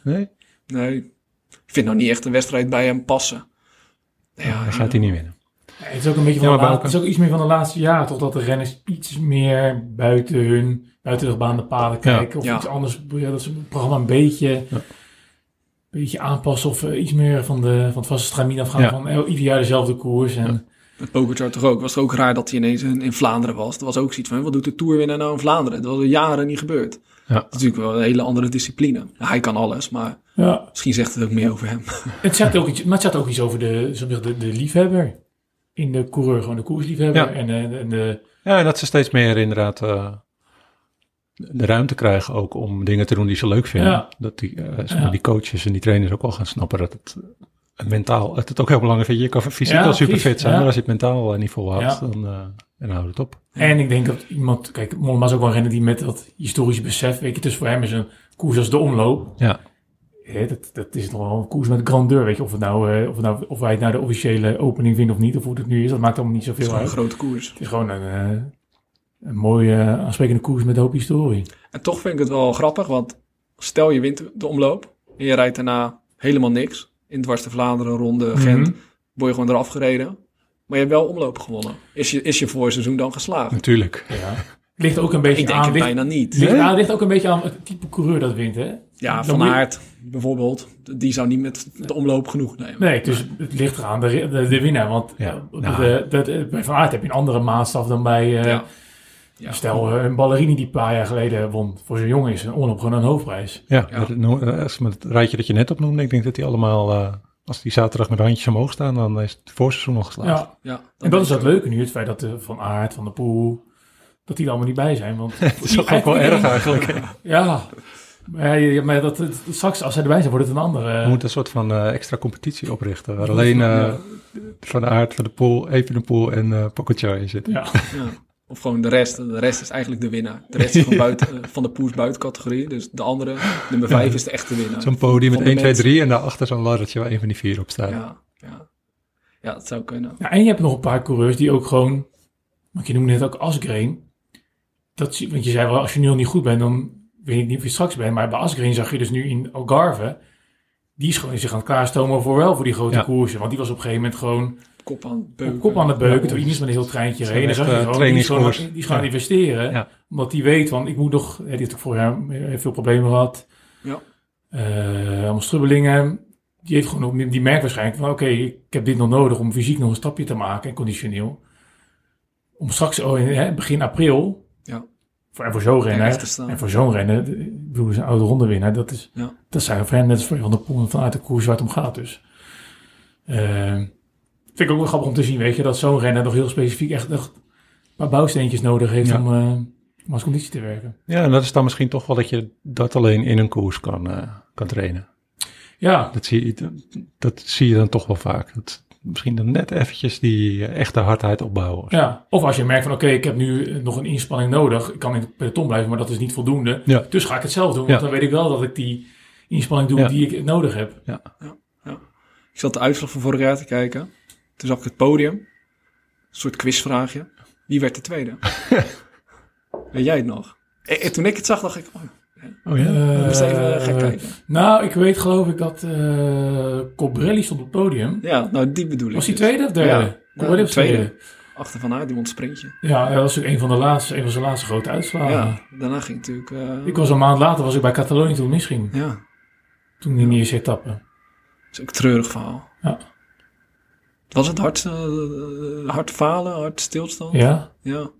Nee? Ik vind nou niet echt een wedstrijd bij hem passen. Ja, dan gaat hij niet winnen. Het is ook een beetje het is ook iets meer van de laatste jaren, toch dat de renners iets meer buiten de gebaande paden kijken. Of iets anders, dat ze het programma een beetje aanpassen of iets meer van het vaste stramien afgaan van ieder jaar dezelfde koers. En met Pogačar toch ook. Was het ook raar dat hij ineens in Vlaanderen was. Er was ook zoiets van, wat doet de Tourwinnaar nou in Vlaanderen? Dat was al jaren niet gebeurd. Ja. Dat is natuurlijk wel een hele andere discipline. Ja, hij kan alles, maar misschien zegt het ook meer over hem. Het zegt ook iets over de liefhebber in de coureur, gewoon de koersliefhebber. Ja. En dat ze steeds meer inderdaad de ruimte krijgen ook om dingen te doen die ze leuk vinden. Ja. Dat die coaches en die trainers ook wel gaan snappen dat het mentaal, het ook heel belangrijk is. Je kan fysiek wel super fit zijn, maar als je het mentaal niet volhoudt, dan houdt het op. En ik denk dat iemand, kijk, Mollema is ook wel een renner die met dat historische besef, weet je, dus voor hem is een koers als de omloop. Ja. Dat is nog wel een koers met grandeur, weet je, of wij het nou de officiële opening vinden of niet, of hoe het nu is, dat maakt allemaal niet zoveel uit. Het is gewoon een grote koers. Het is gewoon een mooie, aansprekende koers met een hoop historie. En toch vind ik het wel grappig, want stel je wint de omloop en je rijdt daarna helemaal niks. In Dwars de Vlaanderen, Ronde, Gent, word je gewoon eraf gereden. Maar je hebt wel omlopen gewonnen. Is je voorseizoen dan geslaagd? Natuurlijk. Ja. Ligt ook een beetje ik denk het bijna niet. Ligt ook een beetje aan het type coureur dat wint, hè? Ja, Van Aert bijvoorbeeld, die zou niet met de omloop genoeg nemen. Nee, dus het ligt eraan de winnaar. Want bij Van Aert heb je een andere maatstaf dan bij... Stel, een ballerini die een paar jaar geleden won voor zijn jongen is een omloop gewoon een hoofdprijs. Ja. Met het rijtje dat je net opnoemde, ik denk dat die allemaal, als die zaterdag met handjes omhoog staan, dan is het voorseizoen nog geslaagd. Ja. En dat is het leuke nu, het feit dat Van Aert, Van der Poel, dat die er allemaal niet bij zijn. Want het is ook wel erg eigenlijk. Maar straks als zij erbij zijn, wordt het een andere... We moeten een soort van extra competitie oprichten, waar alleen Van Aert, Van der Poel, Evenepoel en Pogačar in zitten. Ja. Of gewoon de rest. De rest is eigenlijk de winnaar. De rest is gewoon buiten, van de Poels buitencategorie. Dus de andere, nummer 5, is de echte winnaar. Zo'n podium met 1, 2, 3 en daarachter zo'n laddertje waar een van die 4 op staat. Ja, dat zou kunnen. Ja, en je hebt nog een paar coureurs die ook gewoon... Want je noemde net ook Asgreen. Want je zei wel, als je nu al niet goed bent, dan weet ik niet of je straks bent. Maar bij Asgreen zag je dus nu in Algarve... Die is gewoon zich aan het klaarstomen voor die grote koersen. Want die was op een gegeven moment gewoon... Kop aan het beuken. Toen iemand met een heel treintje reed. En dan zag je gewoon, die is gaan investeren. Ja. Omdat die weet van, ik moet nog... Die heeft ook vorig jaar veel problemen gehad. Ja. Allemaal strubbelingen. Die heeft gewoon ook, die merkt waarschijnlijk van, oké, ik heb dit nog nodig om fysiek nog een stapje te maken. En conditioneel. Om straks begin april... Ja. Voor zo'n renner. En voor zo'n renner, ik bedoel, een oude rondewinnaar. Dat zijn voor hen net als voor Van der Poel vanuit de koers waar het om gaat. Dus vind ik ook wel grappig om te zien, weet je, dat zo'n renner nog heel specifiek echt een paar bouwsteentjes nodig heeft om als conditie te werken. Ja, en dat is dan misschien toch wel dat je dat alleen in een koers kan trainen. Ja. Dat zie je dan toch wel vaak. Misschien dan net eventjes die echte hardheid opbouwen. Ja, of als je merkt van oké, ik heb nu nog een inspanning nodig. Ik kan in het peloton blijven, maar dat is niet voldoende. Ja. Dus ga ik het zelf doen, want dan weet ik wel dat ik die inspanning doe die ik nodig heb. Ja. Ik zat de uitslag van vorig jaar te kijken. Toen zag ik het podium. Een soort quizvraagje. Wie werd de tweede? Weet jij het nog? En toen ik het zag, dacht ik... moest even gaan kijken. Nou, ik weet geloof ik dat Colbrelli stond op het podium. Ja, nou die bedoel ik. Was hij tweede of derde? Ja, Colbrelli was tweede. Achter Van Aert, die won het sprintje. Ja, dat was ook een van zijn laatste grote uitslagen. Ja, daarna ging natuurlijk... Ik was een maand later bij Catalonië toen het misging. Ja. Toen die eerste etappe. Dat is ook een treurig verhaal. Ja. Was het hard falen, hard stilstand? Ja.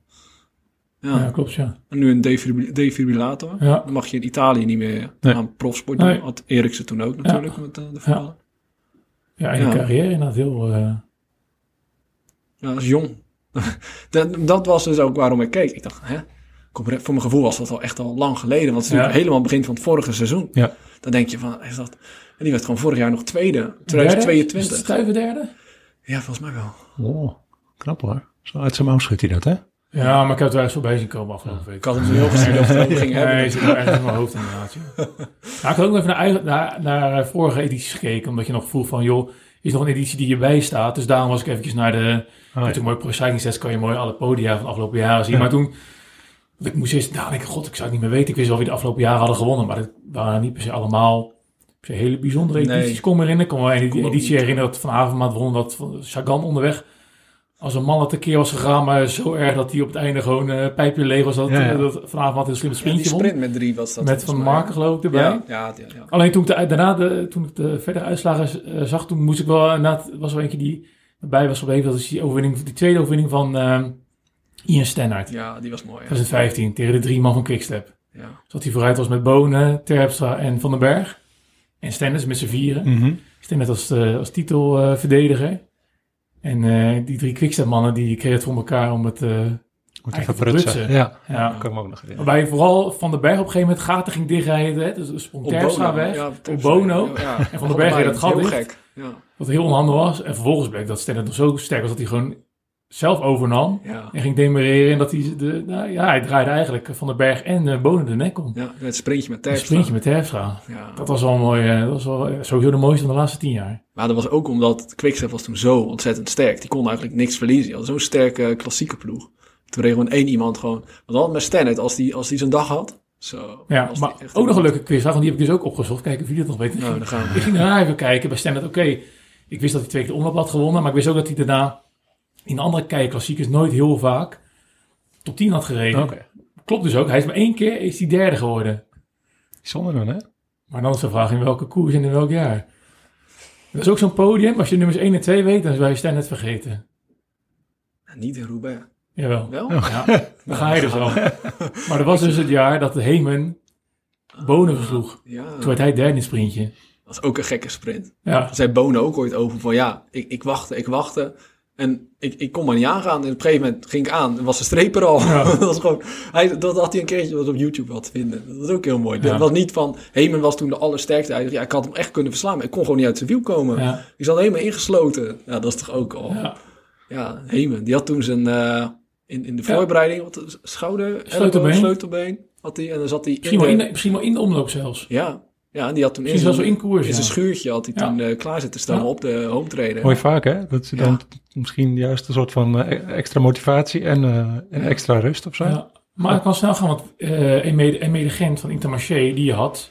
Ja, klopt, ja. En nu een defibrillator. Ja. Dan mag je in Italië niet meer aan profsport doen. Had Eriksen toen ook natuurlijk met de falen. Ja, en je carrière inderdaad heel... Ja, dat is jong. dat was dus ook waarom ik keek. Ik dacht, voor mijn gevoel was dat echt al lang geleden. Want het is natuurlijk helemaal begin van het vorige seizoen. Ja. Dan denk je van, is dat... En die werd gewoon vorig jaar nog tweede. 2022. Is het stuiven derde? Ja, volgens mij wel. Oh, knap hoor. Zo uit zijn mouw schudt hij dat, hè? Ja, maar ik heb het wel echt zo bij zien komen afgelopen week. Ik had hem zo heel gezien of het ging hebben. Nee, het zit wel ergens in mijn hoofd inderdaad. Ja. Ik had ook even naar vorige edities gekeken, omdat je nog vroeg van, joh, is nog een editie die hierbij staat. Dus daarom was ik eventjes naar de... Natuurlijk mooi Pro Cycling Stats, kan je mooi alle podia van de afgelopen jaren zien. Ja. Maar toen, ik moest eerst ik zou het niet meer weten. Ik wist wel wie de afgelopen jaren hadden gewonnen, maar dat waren niet per se allemaal hele bijzondere edities. Ik kon me herinneren. Ik kon me een editie herinneren dat Van Avermaat won, dat Sagan onderweg als een man tekeer was gegaan, maar zo erg dat hij op het einde gewoon pijpje leeg was. Dat vanavond had een slimme sprintje won. Die sprint met 3 was dat. Met Van Marken geloof ik erbij. Ja. Alleen toen ik de verdere uitslagen zag, toen moest ik wel... was er eentje die erbij was gebleven. Dat is die tweede overwinning van Ian Stannard. Ja, die was mooi. 2015, tegen de 3 man van Quickstep. Ja. Zodat hij vooruit was met Bonen, Terpstra en Van den Berg. En Stannard met z'n 4. Mm-hmm. Stannard als titelverdediger. En die 3 Quickstep-mannen, die kregen het voor elkaar om het te verprutsen. Ja, dat kan ik me ook nog herinneren. Waarbij vooral Van den Berg op een gegeven moment gaten ging dichtrijden. Hè? Dus sprong Terpstra weg, op Bono. Ja. En Van den Berg reed dat gat dicht. Ja. Wat heel onhandig was. En vervolgens bleek dat Stannard nog zo sterk was dat hij gewoon zelf overnam. Ja. En ging demereren. En dat hij, hij draaide eigenlijk Van den Berg en Bono de nek om. Ja, het sprintje met Terpstra. Ja. Dat was wel mooi. Dat was wel sowieso de mooiste van de laatste 10 jaar. Maar dat was ook omdat Quickstep was toen zo ontzettend sterk. Die kon eigenlijk niks verliezen. Die had zo'n sterke klassieke ploeg. Toen reed gewoon 1 iemand gewoon. Want dan met Stannard, als die zijn dag had. Zo, ja, maar ook nog een leuke quizdag, want die heb ik dus ook opgezocht. Kijken of jullie het nog weten. Nou, dan gaan we. Ik ging daarna even kijken bij Stannard. Oké, ik wist dat hij 2 keer de omloop had gewonnen. Maar ik wist ook dat hij daarna in de andere klassiekers nooit heel vaak top 10 had gereden. Okay. Klopt dus ook. Hij is maar 1 keer is hij derde geworden. Bijzonder dan, hè? Maar dan is de vraag in welke koers en in welk jaar. Dat is ook zo'n podium. Als je nummers 1 en 2 weet, dan zou je Stannard vergeten. Niet in Roubaix. Jawel. Wel? Ja, dan ga je dus al. Maar dat was dus het jaar dat de Heemen Bonen versloeg. Ja. Toen werd hij derde in het sprintje. Dat was ook een gekke sprint. Ja. Daar zei Bonen ook ooit over van ik wachtte. En ik kon maar niet aangaan. En op een gegeven moment ging ik aan en was de streep er al. Ja. Dat was gewoon, dat had hij een keertje wat op YouTube wel te vinden. Dat is ook heel mooi. Ja. Dat was niet van, Heemen was toen de allersterkste. Hij dacht, ik had hem echt kunnen verslaan. Maar ik kon gewoon niet uit zijn wiel komen. Ja. Ik zat helemaal ingesloten. Ja, dat is toch ook al... Ja, Heemen. Die had toen zijn... in de voorbereiding, wat sleutelbeen had hij. En dan zat hij misschien wel in de omloop zelfs. Ja, en die had toen in zijn schuurtje had hij toen klaar zitten staan op de home trainer. Mooi vaak, hè? Dat ze dan misschien juist een soort van extra motivatie en extra rust of zo. Ja. Maar het kan snel gaan, want Eme Gent van Intermarché, die had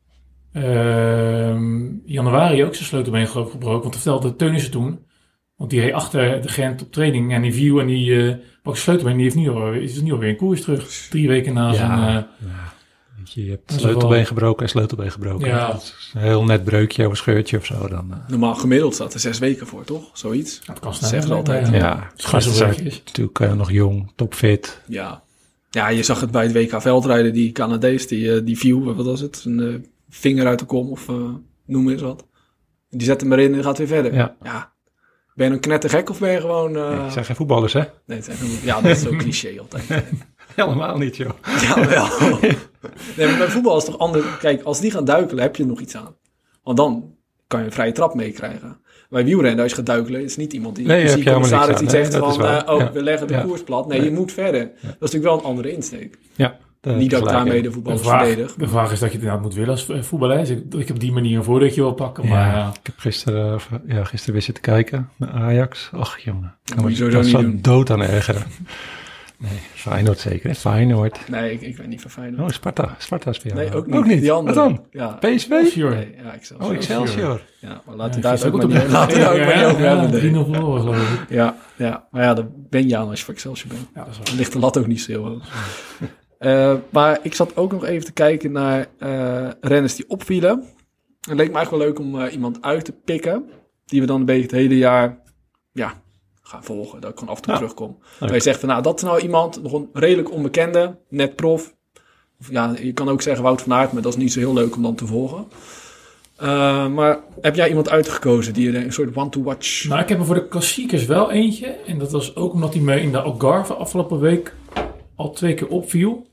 januari ook zijn sleutelbeen gebroken. Want dat vertelde Teunissen toen. Want die reed achter de Gent op training en die view en die pak sleutelbeen, die is nu alweer in koers terug. 3 weken na zijn... Je hebt sleutelbeen gebroken en sleutelbeen gebroken. Ja. Dat is een heel net breukje of een scheurtje of zo. Dan, Normaal gemiddeld staat er 6 weken voor, toch? Zoiets. Dat kan snel. Zeggen ze altijd. Ja, gasten zijn natuurlijk nog jong, topfit. Ja, je zag het bij het WK veldrijden. Die Canadees, die view, wat was het? Een vinger uit de kom of noem eens wat. Die zet hem erin en gaat weer verder. Ja. Ben je een knettergek of ben je gewoon... Het zijn geen voetballers, hè? Nee, dat is zo cliché altijd. Helemaal niet, joh. Ja, wel. Nee, maar bij voetbal is het toch anders. Kijk, als die gaan duikelen, heb je er nog iets aan. Want dan kan je een vrije trap meekrijgen. Bij wielrennen, als je gaat duikelen, is niet iemand die... Nee, commissaris die zegt van, we leggen de koers plat. Nee, je moet verder. Dat is natuurlijk wel een andere insteek. Ja. Niet dat ik daarmee de voetbal verdedig. De vraag is dat je het inderdaad moet willen als voetballer. Dus ik op die manier een voordeeltje wil pakken. Maar, ik heb gisteren weer zitten kijken naar Ajax. Ach jongen, dat moet je sowieso niet doen. Dood aan ergeren. Nee, Feyenoord zeker, hè? Feyenoord. Nee, ik weet niet van Feyenoord. Sparta is voor jou. Nee, ook niet. Die andere. Wat dan? Ja. PSV? Excelsior. Nee, Excelsior. Excelsior. Ja, maar laten we daar ook maar niet over hebben. 3-0 verloren, geloof ik. Ja. Maar daar ben je aan als je voor Excelsior bent. Ja, dan ligt de lat ook niet zo heel hoog. Maar ik zat ook nog even te kijken naar renners die opvielen. Het leek me eigenlijk wel leuk om iemand uit te pikken. Die we dan een beetje het hele jaar gaan volgen. Dat ik gewoon af en toe terugkom. Waar je zegt van, dat is nou iemand, nog een redelijk onbekende, net prof. Of je kan ook zeggen Wout van Aert, maar dat is niet zo heel leuk om dan te volgen. Maar heb jij iemand uitgekozen die je een soort one-to-watch... Nou, ik heb er voor de klassiekers wel eentje. En dat was ook omdat hij me in de Algarve afgelopen week al 2 keer opviel.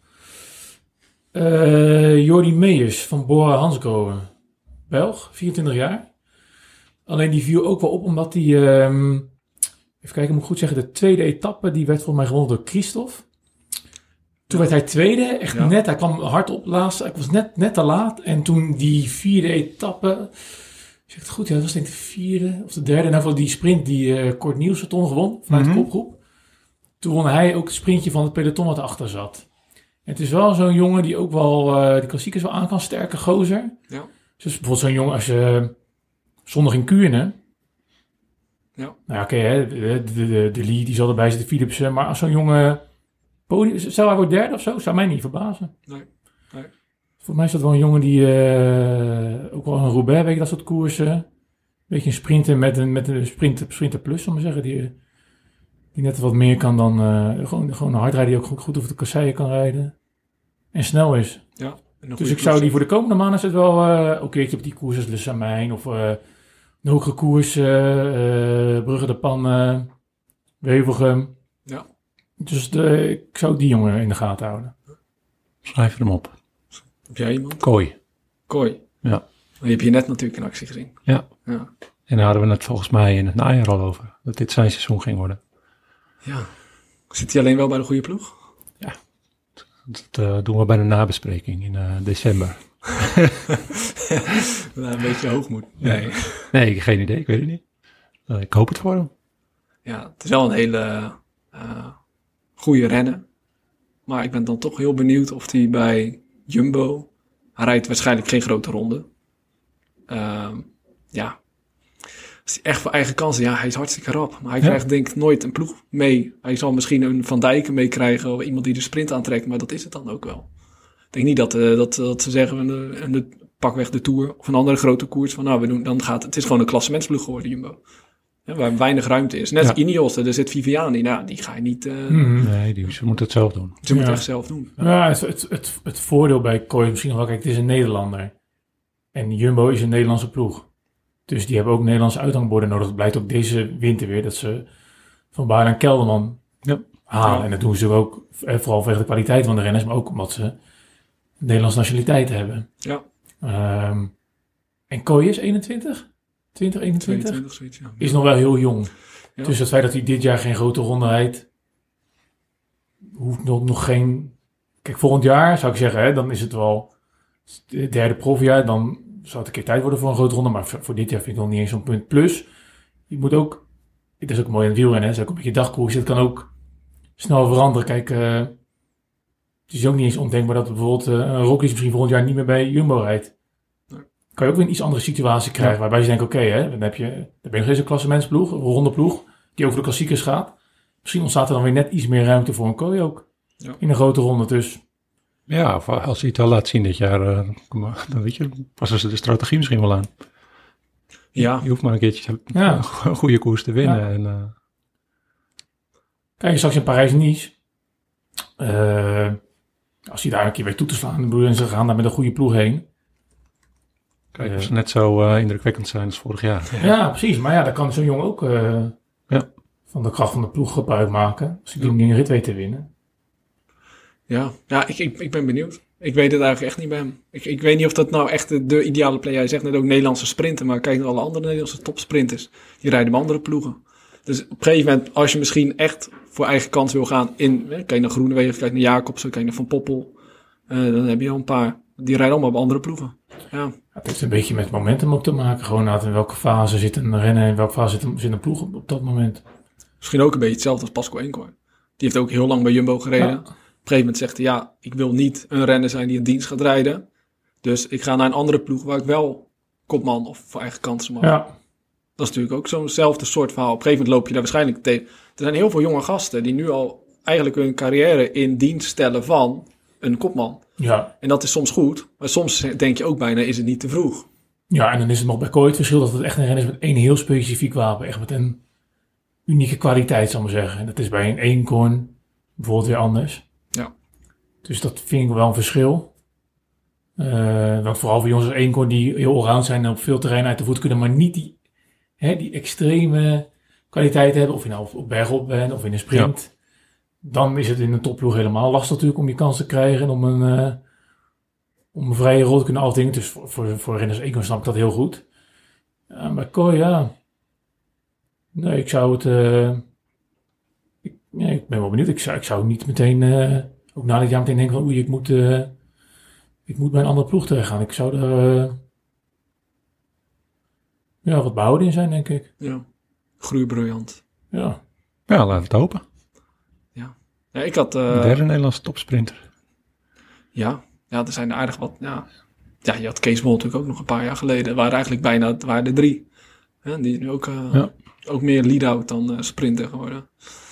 Jordi Meijers van Bora Hansgrohe. Belg, 24 jaar. Alleen die viel ook wel op omdat hij... even kijken, moet ik goed zeggen. De tweede etappe, die werd volgens mij gewonnen door Christophe. Toen werd hij tweede. Echt net, hij kwam hard op laatst. Ik was net te laat. En toen die 4e etappe... Zeg het goed? Ja, dat was denk ik de 4e of de 3e. En dan die sprint die Kort Nielsen toen gewon. Vanuit de kopgroep. Toen won hij ook het sprintje van het peloton wat achter zat. En het is wel zo'n jongen die ook wel de klassiekers wel aan kan. Sterke gozer. Ja. Dus bijvoorbeeld zo'n jongen als je zondag in Kuurne. Ja. Nou oké, de Lee die zal erbij zitten, Philipsen. Maar als zo'n jongen zou hij worden derde of zo? Zou mij niet verbazen. Nee. Voor mij is dat wel een jongen die ook wel een Roubaix, weet je, dat soort koersen. Een beetje een sprinter met een sprinter plus, zal ik maar zeggen. Die net wat meer kan dan gewoon een hardrijder die ook goed over de kasseien kan rijden. En snel is. Ja. Dus ik zou die voor de komende maanden het wel een keertje op die koers als Le Samijn of een hogere koers, Brugge de Pan, Wevelgem. Ja. Dus ik zou die jongen in de gaten houden. Schrijf hem op. Heb jij iemand? Kooi. Ja. Die heb je net natuurlijk in actie gezien. Ja. En daar hadden we het volgens mij in het najaar al over. Dat dit zijn seizoen ging worden. Ja. Zit hij alleen wel bij de goede ploeg? Ja. Dat doen we bij de nabespreking in december. Een beetje hoogmoed. Nee, geen idee. Ik weet het niet. Ik hoop het voor hem. Ja, het is wel een hele goede renner. Maar ik ben dan toch heel benieuwd of hij bij Jumbo... Hij rijdt waarschijnlijk geen grote ronde. Ja. Als hij echt voor eigen kansen... Ja, hij is hartstikke rap. Maar hij krijgt denk ik nooit een ploeg mee. Hij zal misschien een Van Dijken meekrijgen... of iemand die de sprint aantrekt. Maar dat is het dan ook wel. Ik denk niet dat ze zeggen... pakweg de Tour of een andere grote koers... van het is gewoon een klassementsploeg geworden, Jumbo. Ja, waar weinig ruimte is. Net als Ineos, er zit Viviani. Nou, die ga je niet... Nee, ze moeten het zelf doen. Ze moeten het echt zelf doen. Ja, het voordeel bij Kooi is misschien wel... Kijk, het is een Nederlander. En Jumbo is een Nederlandse ploeg. Dus die hebben ook Nederlandse uithangborden nodig. Dat blijkt ook deze winter weer... dat ze Van Baarle en Kelderman halen. Ja. En dat doen ze ook vooral vanwege de kwaliteit van de renners... maar ook omdat ze Nederlandse nationaliteit hebben. Ja. En Kooi is 21? 2021? 22, zoiets, ja. Is nog wel heel jong. Ja. Dus het feit dat hij dit jaar geen grote ronde rijdt... hoeft nog geen... Kijk, volgend jaar zou ik zeggen... dan is het wel het derde profjaar... dan zou het een keer tijd worden voor een grote ronde... maar voor dit jaar vind ik nog niet eens zo'n punt. Plus, je moet ook... Het is ook mooi in het wielrennen... het is ook een beetje dagkoers... het kan ook snel veranderen. Kijk, het is ook niet eens ondenkbaar... dat bijvoorbeeld Roglič misschien volgend jaar niet meer bij Jumbo rijdt. Kan je ook weer een iets andere situatie krijgen... waarbij je denkt, oké, dan ben je nog steeds een klassementsploeg... een rondeploeg... die over de klassiekers gaat. Misschien ontstaat er dan weer net iets meer ruimte voor een Kooi ook. Ja. In een grote ronde dus. Ja, als hij het al laat zien dit jaar... dan weet je, passen ze de strategie misschien wel aan. Ja. Je hoeft maar een keertje een goede koers te winnen. Ja. En, Kijk, straks in Parijs-Nice... als hij daar een keer bij toe te slaan... en ze gaan daar met een goede ploeg heen... Kijk, of ze net zo indrukwekkend zijn als vorig jaar. Ja, precies. Maar ja, daar kan zo'n jongen ook van de kracht van de ploeg gebruik maken. Als hij die rit weet te winnen. Ja, ik ben benieuwd. Ik weet het eigenlijk echt niet bij hem. Ik weet niet of dat nou echt de ideale play is. Jij zegt net ook Nederlandse sprinter, maar kijk naar alle andere Nederlandse topsprinters. Die rijden bij andere ploegen. Dus op een gegeven moment, als je misschien echt voor eigen kans wil gaan kijk naar Groenewegen, kijk naar Jacobsen, kijk naar Van Poppel. Dan heb je al een paar. Die rijden allemaal bij andere ploegen. Ja. Het heeft een beetje met momentum ook te maken. Gewoon in welke fase zit een renner, in welke fase zit een ploeg op dat moment. Misschien ook een beetje hetzelfde als Pascal Eenkhoorn. Die heeft ook heel lang bij Jumbo gereden. Ja. Op een gegeven moment zegt hij, ik wil niet een renner zijn die in dienst gaat rijden. Dus ik ga naar een andere ploeg waar ik wel kopman of voor eigen kansen mag. Ja. Dat is natuurlijk ook zo'nzelfde soort verhaal. Op een gegeven moment loop je daar waarschijnlijk tegen. Er zijn heel veel jonge gasten die nu al eigenlijk hun carrière in dienst stellen van een kopman. Ja. En dat is soms goed, maar soms denk je ook bijna, is het niet te vroeg. Ja, en dan is het nog bij Kooi het verschil dat het echt een renner is met één heel specifiek wapen. Echt met een unieke kwaliteit, zal ik maar zeggen. En dat is bij een Eenkhoorn bijvoorbeeld weer anders. Ja. Dus dat vind ik wel een verschil. Want vooral voor jongens als Eenkhoorn die heel allround zijn en op veel terrein uit de voet kunnen, maar niet die extreme kwaliteit hebben. Of je nou op bergop bent of in een sprint. Ja. Dan is het in een topploeg helemaal lastig natuurlijk om je kans te krijgen en om een vrije rol te kunnen afdingen. Dus voor renners Eenkhoorn snap ik dat heel goed. Maar Kooi, nee, ik zou het... ik ben wel benieuwd. Ik zou niet meteen, ook na dit jaar meteen denken van ik moet bij een andere ploeg terecht gaan. Ik zou er wat behouden in zijn, denk ik. Ja, groeibriljant. Ja, laten we het hopen. Ja, ik had... derde Nederlandse topsprinter. Ja, er zijn er aardig wat... Ja, je had Kees Bol natuurlijk ook nog een paar jaar geleden. Waren er 3. Hè? Die is nu ook meer lead-out dan sprinter geworden.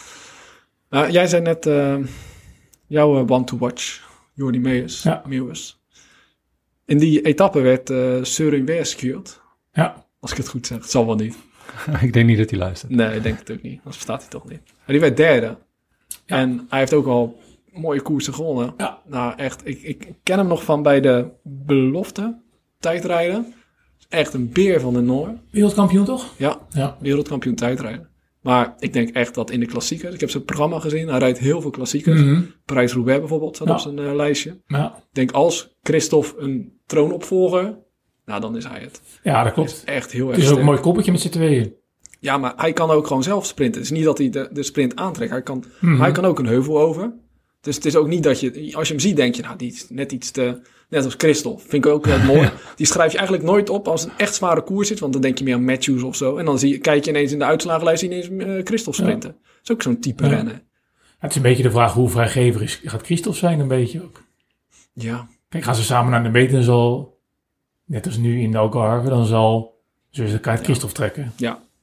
Jij zei net jouw one to watch, Jordi Meeuwis. In die etappe werd Søren Weerskjöld. Ja. Als ik het goed zeg. Het zal wel niet. Ik denk niet dat hij luistert. Nee, ik denk het ook niet. Dat verstaat hij toch niet. Maar die werd derde. Ja. En hij heeft ook al mooie koersen gewonnen. Ja. Nou, echt. Ik ken hem nog van bij de belofte tijdrijden. Echt een beer van de Noor. Wereldkampioen toch? Ja, wereldkampioen tijdrijden. Maar ik denk echt dat in de klassiekers... Ik heb zijn programma gezien. Hij rijdt heel veel klassiekers. Mm-hmm. Parijs-Roubaix bijvoorbeeld staat op zijn lijstje. Ja. Ik denk als Christophe een troonopvolger... Nou, dan is hij het. Ja, dat klopt. Is echt heel erg Het is ook sterk. een mooi koppeltje met z'n tweeën. Ja, maar hij kan ook gewoon zelf sprinten. Het is niet dat hij de sprint aantrekt. Hij kan ook een heuvel over. Dus het is ook niet dat je... Als je hem ziet, denk je... Nou, die is net iets te... Net als Christophe. Vind ik ook mooi. Die schrijf je eigenlijk nooit op als een echt zware koers zit. Want dan denk je meer aan Matthews of zo. En dan kijk je ineens in de uitslagenlijst ineens Christophe sprinten. Dat is ook zo'n type rennen. Ja, het is een beetje de vraag hoe vrijgever gaat Christophe zijn een beetje ook. Ja. Kijk, gaan ze samen naar de meet en zal... Net als nu in de Algarve, dan zullen ze elkaar het Christophe trekken.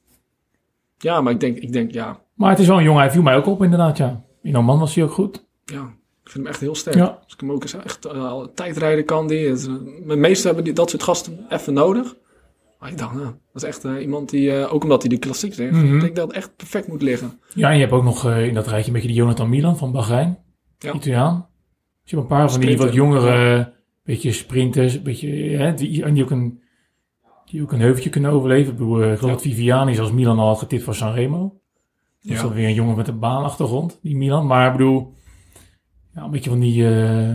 Ja, maar ik denk ja. Maar het is wel een jongen, hij viel mij ook op inderdaad, ja. In Oman was hij ook goed. Ja, ik vind hem echt heel sterk. Ja. Als ik hem ook eens echt tijdrijden kan, meestal hebben dat soort gasten even nodig. Maar ik dacht, dat is echt iemand die, ook omdat hij de klassiek zegt, ik denk dat het echt perfect moet liggen. Ja, en je hebt ook nog in dat rijtje een beetje die Jonathan Milan van Bahrein, Italiaan. Dus je hebt een paar van die wat jongere, beetje sprinters, een beetje, die ook een heuveltje kunnen overleven. Ik bedoel, ik geloof dat Viviani, zoals Milan al had getipt voor Sanremo. Dus dat is weer een jongen met een baanachtergrond, die Milan. Maar ik bedoel, een beetje van die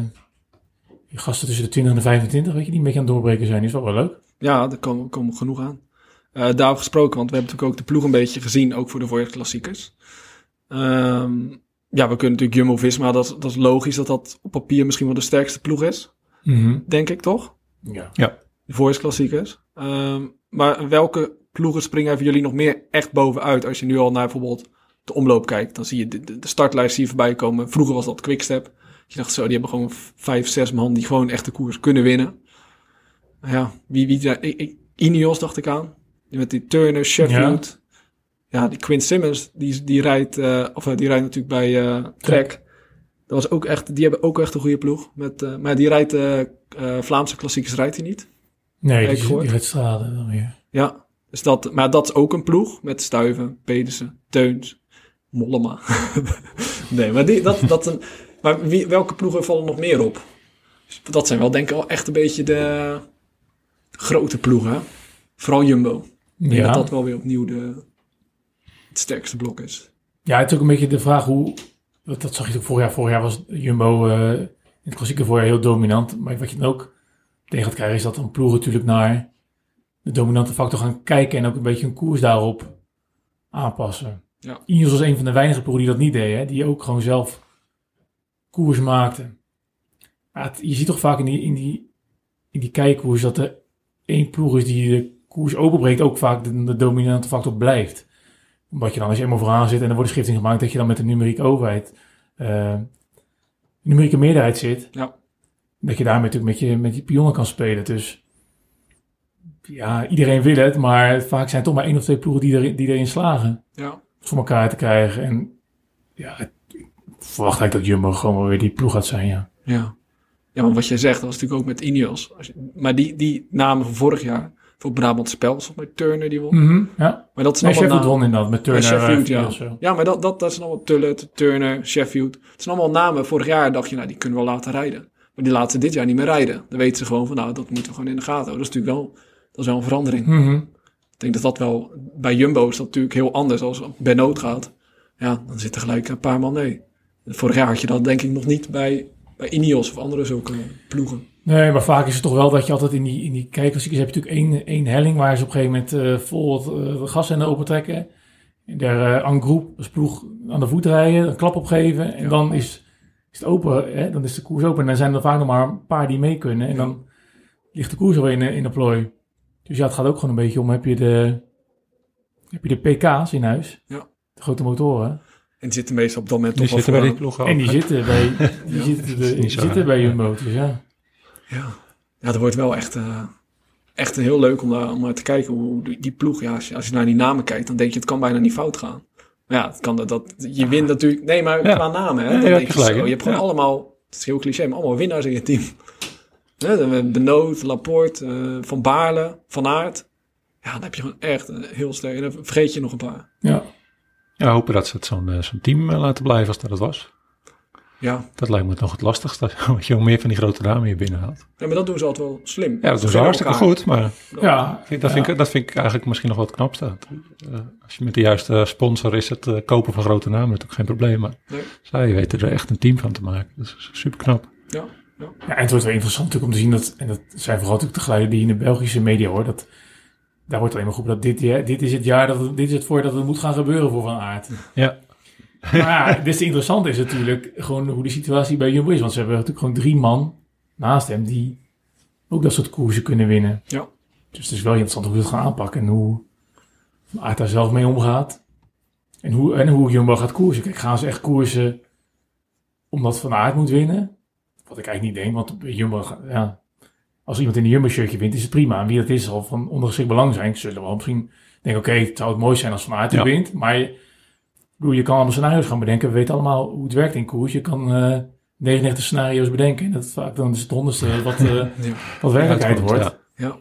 gasten tussen de 20 en de 25, weet je, die een beetje aan het doorbreken zijn. Die is wel leuk. Ja, daar komen genoeg aan. Daarover gesproken, want we hebben natuurlijk ook de ploeg een beetje gezien, ook voor de Voyage Klassiekers. We kunnen natuurlijk Jumbo-Visma, dat is logisch dat op papier misschien wel de sterkste ploeg is. Mm-hmm. Denk ik, toch? Ja. De Voyage Klassiekers. Maar welke ploegen springen even jullie nog meer echt bovenuit? Als je nu al naar bijvoorbeeld de omloop kijkt, dan zie je de startlijst hier voorbij komen. Vroeger was dat Quickstep. Je dacht zo, die hebben gewoon 5-6 man die gewoon echt de koers kunnen winnen. Ja, Ineos dacht ik aan. Met die Turner, Sheffield. Ja, die Quinn Simmons, die rijdt natuurlijk bij Trek. Dat was ook echt, die hebben ook echt een goede ploeg. Maar die rijdt Vlaamse klassiekers rijdt hij niet. Nee, die rijdt Strade dan weer. Ja, dus maar dat is ook een ploeg met Stuyven, Pedersen, Teuns, Mollema. Nee, maar welke ploegen vallen nog meer op? Dat zijn wel denk ik wel echt een beetje de grote ploegen. Vooral Jumbo. Ik denk dat wel weer opnieuw het sterkste blok is. Ja, het is ook een beetje de vraag hoe... Dat zag je ook vorig jaar. Vorig jaar was Jumbo in het klassieke voorjaar heel dominant. Maar wat je dan ook tegen gaat krijgen is dat dan ploegen natuurlijk naar de dominante factor gaan kijken en ook een beetje een koers daarop aanpassen. Ja. Ineos was een van de weinige ploegen die dat niet deed, hè? Die ook gewoon zelf koers maakten. Maar je ziet toch vaak in die kijkkoers dat er één ploeg is die de koers openbreekt, ook vaak de dominante factor blijft. Omdat je dan als je helemaal vooraan zit en er wordt een schifting gemaakt, dat je dan met een numerieke overheid, numerieke meerderheid zit. Ja. Dat je daarmee natuurlijk met die pionnen kan spelen. Dus ja, iedereen wil het, maar vaak zijn het toch maar 1 of 2 ploegen die erin slagen. Ja. Voor elkaar te krijgen. En ja, ik verwacht eigenlijk dat Jumbo gewoon wel weer die ploeg gaat zijn, ja. Ja, want wat jij zegt, dat was natuurlijk ook met Ineos. Maar die namen van vorig jaar, voor Brabant Spel, met Turner die won. Mm-hmm, ja. Maar dat is Sheffield won inderdaad, met Turner. Sheffield, ja, maar dat zijn allemaal Tullet, Turner, Sheffield. Het zijn allemaal namen. Vorig jaar dacht je, die kunnen we wel laten rijden. Maar die laten ze dit jaar niet meer rijden. Dan weten ze gewoon van, dat moeten we gewoon in de gaten houden. Dat is natuurlijk wel een verandering. Mm-hmm. Ik denk dat wel, bij Jumbo is dat natuurlijk heel anders. Als Benoot gaat, dan zit er gelijk een paar man mee. Vorig jaar had je dat denk ik nog niet bij Ineos of andere zulke ploegen. Nee, maar vaak is het toch wel dat je altijd in die kijkklassiekers heb je natuurlijk één helling waar ze op een gegeven moment vol het gaszender opentrekken. En daar en groep als ploeg aan de voet rijden, een klap opgeven en dan is het open. Hè? Dan is de koers open en dan zijn er vaak nog maar een paar die mee kunnen. En dan ligt de koers alweer in de plooi. Dus het gaat ook gewoon een beetje om, heb je de PK's in huis, de grote motoren. En die zitten meestal op dat moment die zitten bij die ploeg ook. En die zitten bij Jumbo, dus ja. Ja, dat wordt wel echt echt heel leuk om naar te kijken hoe die ploeg... Ja, als je naar die namen kijkt, dan denk je het kan bijna niet fout gaan. Maar ja, het kan je wint natuurlijk... Nee, maar qua namen, hè. Dan denk je zo. Je hebt gewoon allemaal... Het is heel cliché, maar allemaal winnaars in je team. Benoot, Laporte, Van Baarle, Van Aert. Ja, dan heb je gewoon echt heel sterk... En dan vergeet je nog een paar. Ja, hopen dat ze het zo'n team laten blijven als dat het was. Ja. Dat lijkt me nog het lastigste. Dat je hoe meer van die grote namen hier binnen haalt. Ja, maar dat doen ze altijd wel slim. Ja, dat doen ze hartstikke goed. Maar dat vind ik eigenlijk misschien nog wat knapste. Als je met de juiste sponsor is, het kopen van grote namen natuurlijk geen probleem. Maar zij weten er echt een team van te maken. Dat is super knap. Ja, en het wordt wel interessant natuurlijk om te zien dat... En dat zijn vooral natuurlijk de geluiden die in de Belgische media hoor. Daar wordt alleen maar geroepen dat dit is het jaar, dit is het voor dat het moet gaan gebeuren voor Van Aert. Ja. Maar dus het interessante is natuurlijk gewoon hoe de situatie bij Jumbo is. Want ze hebben natuurlijk gewoon 3 man naast hem die ook dat soort koersen kunnen winnen. Ja. Dus het is wel interessant hoe ze het gaan aanpakken en hoe Van Aert daar zelf mee omgaat. En hoe Jumbo gaat koersen. Kijk, gaan ze echt koersen omdat Van Aert moet winnen? Wat ik eigenlijk niet denk, want bij Jumbo, als iemand in een Jumbo-shirtje wint, is het prima. En wie dat is, zal van ondergeschikt belang zijn. Ik zullen wel misschien denken, oké, het zou het mooi zijn als Van Aert wint, maar... Je kan allemaal scenario's gaan bedenken. We weten allemaal hoe het werkt in koers. Je kan 99 scenario's bedenken. En dat vaak dan is het 100ste wat werkelijkheid wordt. Ja.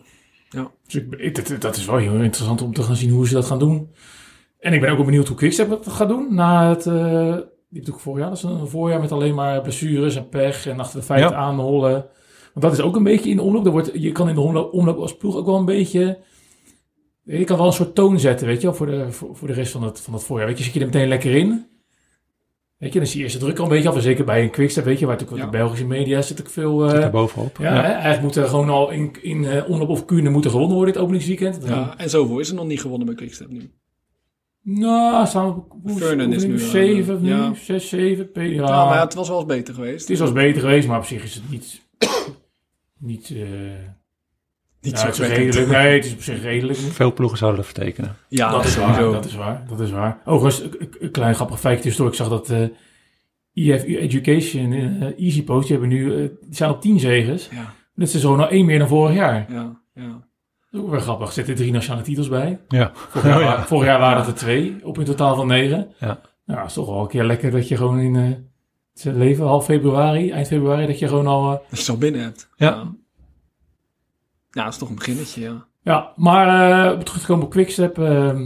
Dus dat is wel heel interessant om te gaan zien hoe ze dat gaan doen. En ik ben ook wel benieuwd hoe Quickstep het gaat doen. Na het natuurlijk voorjaar. Dat is een voorjaar met alleen maar blessures en pech. En achter de feiten aanhollen. Want dat is ook een beetje in de omloop. Je kan in de omloop als ploeg ook wel een beetje... Je kan wel een soort toon zetten, weet je wel, voor de rest van het voorjaar. Weet je, zit je er meteen lekker in. Weet je, dan zie je eerst de druk al een beetje af. En zeker bij een Quickstep, weet je, waar natuurlijk de Belgische media zit ook veel... zit er bovenop. Eigenlijk moet er gewoon al in Omloop of Kuurne moeten gewonnen worden dit openingsweekend. Ja, en zoveel is er nog niet gewonnen bij Quickstep nu. Nou, staan we... Furnen is nu... 7 nu, 6, 7. Ja, maar het was wel eens beter geweest. Het is wel eens beter geweest, maar op zich is het niet zo redelijk. Nee, het is op zich redelijk. Veel ploegen zouden dat vertekenen. Ja, dat is waar. Overigens, een klein grappig feitje tussendoor. Ik zag dat EFU Education Easy Post, die staan op 10 zeges. Ja. Dat is zo nog 1 meer dan vorig jaar. Ja. Dat is ook weer grappig. Er zitten 3 nationale titels bij. Ja. Vorig jaar waren het er 2, op een totaal van 9. Ja. Nou, het is toch wel een keer lekker dat je gewoon in het leven, eind februari, dat je gewoon al... dat je het al binnen hebt. Ja. Ja, dat is toch een beginnetje, ja. Ja, maar terug te komen op Quickstep.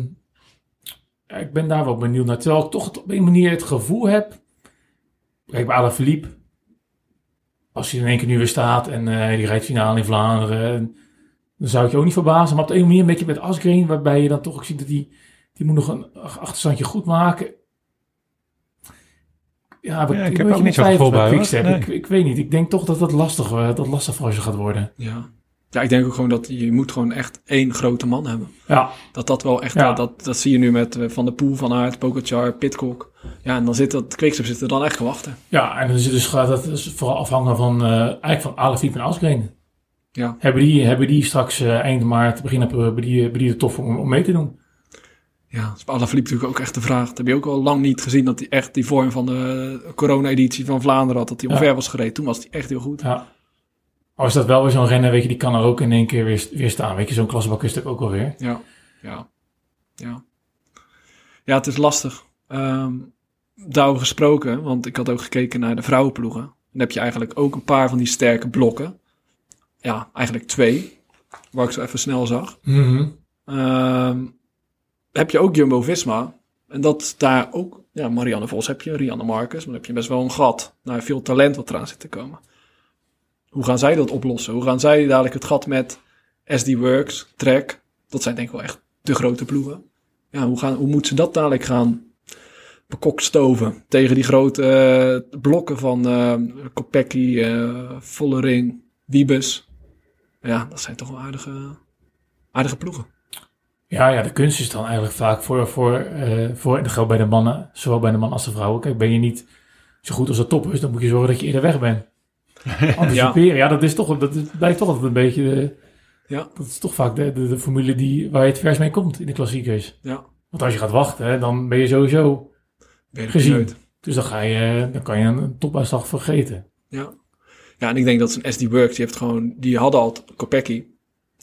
Ik ben daar wel benieuwd naar. Terwijl ik toch op een manier het gevoel heb... Kijk, bij Alaphilippe... Als hij in één keer nu weer staat en die rijdt finale in Vlaanderen... Dan zou ik je ook niet verbazen. Maar op de een manier een beetje met Asgreen... Waarbij je dan toch ook ziet dat die moet nog een achterstandje goed maken. Ja, ik heb ook niet zo'n gevoel bij Quickstep. Nee. Ik weet niet. Ik denk toch dat dat lastig voor ze gaat worden. Ja, ik denk ook gewoon dat je moet gewoon echt 1 grote man hebben. Ja. Dat wel echt... Ja. Dat zie je nu met Van der Poel, Van Aert, Pogacar, Pidcock. Ja, en dan Quickstep zit er dan echt gewachten. Ja, en dan gaat dat is vooral afhangen van eigenlijk van Alaphilippe en Asgreen. Ja. Hebben die straks eind maart, begin april, hebben die de tof om mee te doen? Ja, dat is bij Alaphilippe natuurlijk ook echt de vraag. Dat heb je ook al lang niet gezien dat hij echt die vorm van de corona-editie van Vlaanderen had. Dat hij omver was gereden. Toen was hij echt heel goed. Ja. Al is dat wel weer zo'n renner, weet je, die kan er ook in één keer weer staan. Weet je, zo'n klasbak is het ook wel weer. Ja, het is lastig. Daarover gesproken, want ik had ook gekeken naar de vrouwenploegen. Dan heb je eigenlijk ook een paar van die sterke blokken. Ja, eigenlijk 2, waar ik zo even snel zag. Heb je ook Jumbo-Visma. En dat daar ook, ja, Marianne Vos heb je, Rianne Marcus. Maar dan heb je best wel een gat naar veel talent wat eraan zit te komen. Hoe gaan zij dat oplossen? Hoe gaan zij dadelijk het gat met SD Works, Trek? Dat zijn denk ik wel echt de grote ploegen. Ja, hoe moeten ze dat dadelijk gaan bekokstoven tegen die grote blokken van Kopecky, Vollering, Wiebes? Ja, dat zijn toch wel aardige ploegen. Ja, de kunst is dan eigenlijk vaak voor dat geldt bij de mannen, zowel bij de man als de vrouwen. Kijk, ben je niet zo goed als de toppers, dan moet je zorgen dat je eerder weg bent. Anticiperen, dat blijft toch altijd een beetje... Dat is toch vaak de formule waar je het vers mee komt in de klassiekers. Ja. Want als je gaat wachten, dan ben je sowieso gezien. Dus dan kan je een topuitslag vergeten. Ja, en ik denk dat zo'n SD Works, die hadden al Kopecky.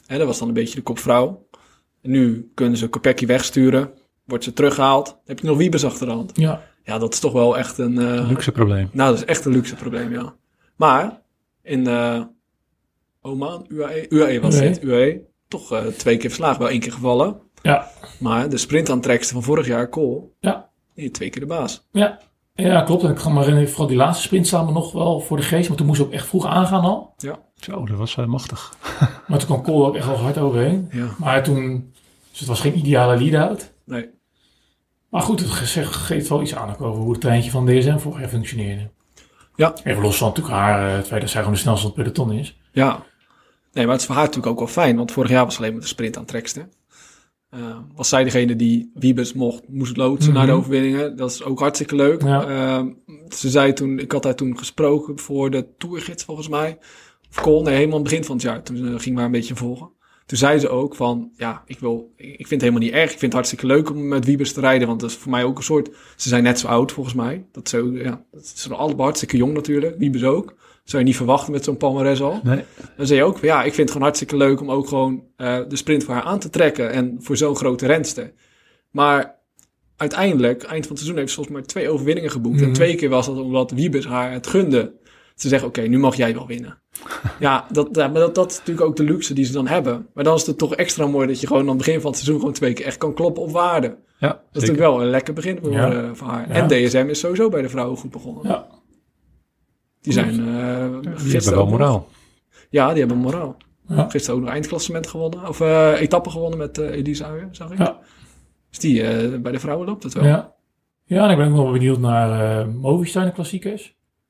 Dat was dan een beetje de kopvrouw. En nu kunnen ze Kopecky wegsturen. Wordt ze teruggehaald. Dan heb je nog Wiebes achter de hand. Ja, dat is toch wel echt een... luxe probleem. Nou, dat is echt een luxe probleem, ja. Maar in Oman, UAE was het. UAE, toch 2 keer verslagen. Wel 1 keer gevallen. Ja. Maar de sprintaantrekster van vorig jaar, Cole, die 2 keer de baas. Ja, klopt. En ik kan me herinneren, vooral die laatste sprint samen nog wel voor de geest. Maar toen moest ze ook echt vroeg aangaan al. Ja. Zo, dat was machtig. Maar toen kwam Cole ook echt wel hard overheen. Ja. Maar toen, dus het was geen ideale lead-out. Nee. Maar goed, het geeft wel iets aan over hoe het treintje van DSM vorig jaar functioneerde. Ja. Even los van natuurlijk het feit dat zij gewoon de snelste op het peloton is. Ja. Nee, maar het is voor haar natuurlijk ook wel fijn. Want vorig jaar was ze alleen met de sprintaantrekster. Was zij degene die Wiebes moest loodsen naar de overwinningen. Dat is ook hartstikke leuk. Ja. Ze zei toen, ik had haar toen gesproken voor de tourgids volgens mij. Of Cole, nee, helemaal aan het begin van het jaar. Toen ging maar een beetje volgen. Toen zei ze ook van, ja, ik vind het helemaal niet erg. Ik vind het hartstikke leuk om met Wiebes te rijden. Want dat is voor mij ook een soort, ze zijn net zo oud volgens mij. Dat is allebei hartstikke jong natuurlijk. Wiebes ook. Dat zou je niet verwachten met zo'n palmares al. Nee. Dan zei je ook, ja, ik vind het gewoon hartstikke leuk om ook gewoon de sprint voor haar aan te trekken. En voor zo'n grote renster. Maar uiteindelijk, eind van het seizoen heeft ze volgens mij 2 overwinningen geboekt. En 2 keer was dat omdat Wiebes haar het gunde. Ze zeggen, oké, nu mag jij wel winnen. Ja, maar dat is natuurlijk ook de luxe die ze dan hebben. Maar dan is het toch extra mooi dat je gewoon aan het begin van het seizoen gewoon 2 keer echt kan kloppen op waarde. Ja, dat is natuurlijk wel een lekker begin voor haar. Ja. En DSM is sowieso bij de vrouwen goed begonnen. Ja. Die zijn die hebben wel moraal. Ja, die hebben moraal. Ja. Gisteren ook nog eindklassement gewonnen. Of etappe gewonnen met Elise Uijen, zag ik. Ja. Dus die bij de vrouwen loopt het wel. Ja, en ik ben ook wel benieuwd naar Movistar klassiekers.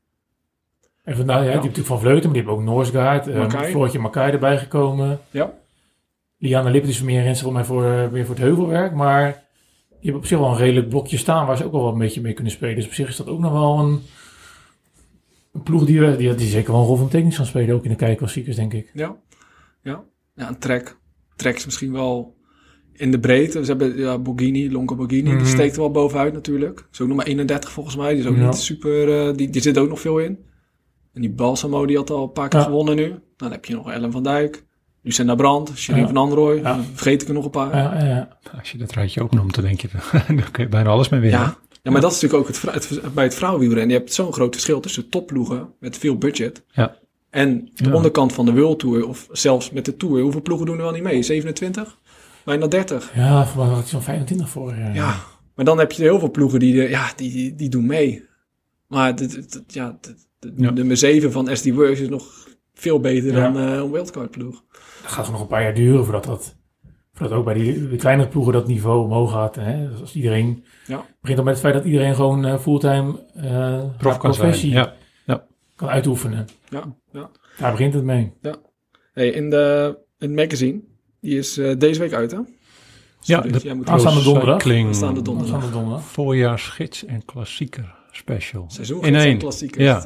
En vandaar, die heb natuurlijk Van Vleuten, maar die hebben ook Noordsgaard. Floortje Makai erbij gekomen. Ja. Liana Lippert is meer renster voor mij weer voor het heuvelwerk. Maar die hebben op zich wel een redelijk blokje staan waar ze ook wel een beetje mee kunnen spelen. Dus op zich is dat ook nog wel een ploeg die zeker wel een rol van technisch kan spelen. Ook in de kijkklassiekers, denk ik. Ja, een Trek. Trek is misschien wel in de breedte. Ze hebben Borghini, Longo Borghini. Die steekt er wel bovenuit natuurlijk. Is ook nog maar 31 volgens mij. Die is ook niet super... Die zit ook nog veel in. En die Balsamo, die had al een paar keer gewonnen nu. Dan heb je nog Ellen van Dijk, Lucinda Brandt, Shirin van Androoy. Dan vergeet ik er nog een paar. Ja. Als je dat rijtje ook noemt, dan denk je, dan kun je bijna alles mee winnen. Ja, maar dat is natuurlijk ook bij het vrouwenwielrennen. Je hebt zo'n groot verschil tussen topploegen met veel budget. Ja. En de onderkant van de World Tour, of zelfs met de Tour. Hoeveel ploegen doen er wel niet mee? 27? Bijna 30? Ja, voor mij had ik zo'n 25 voor. Ja, maar dan heb je heel veel ploegen die doen mee. Maar de nummer 7 van SD Works is nog veel beter dan een wildcard ploeg. Dat gaat nog een paar jaar duren voordat ook bij die kleinere ploegen dat niveau omhoog gaat. Hè? Dus als iedereen begint dan met het feit dat iedereen gewoon fulltime professie kan uitoefenen. Ja. Daar begint het mee. Ja. Hey, in het magazine, die is deze week uit, hè? Aanstaande donderdag. Voorjaarsgids en klassieker special. Seizoengids en klassieker. Ja,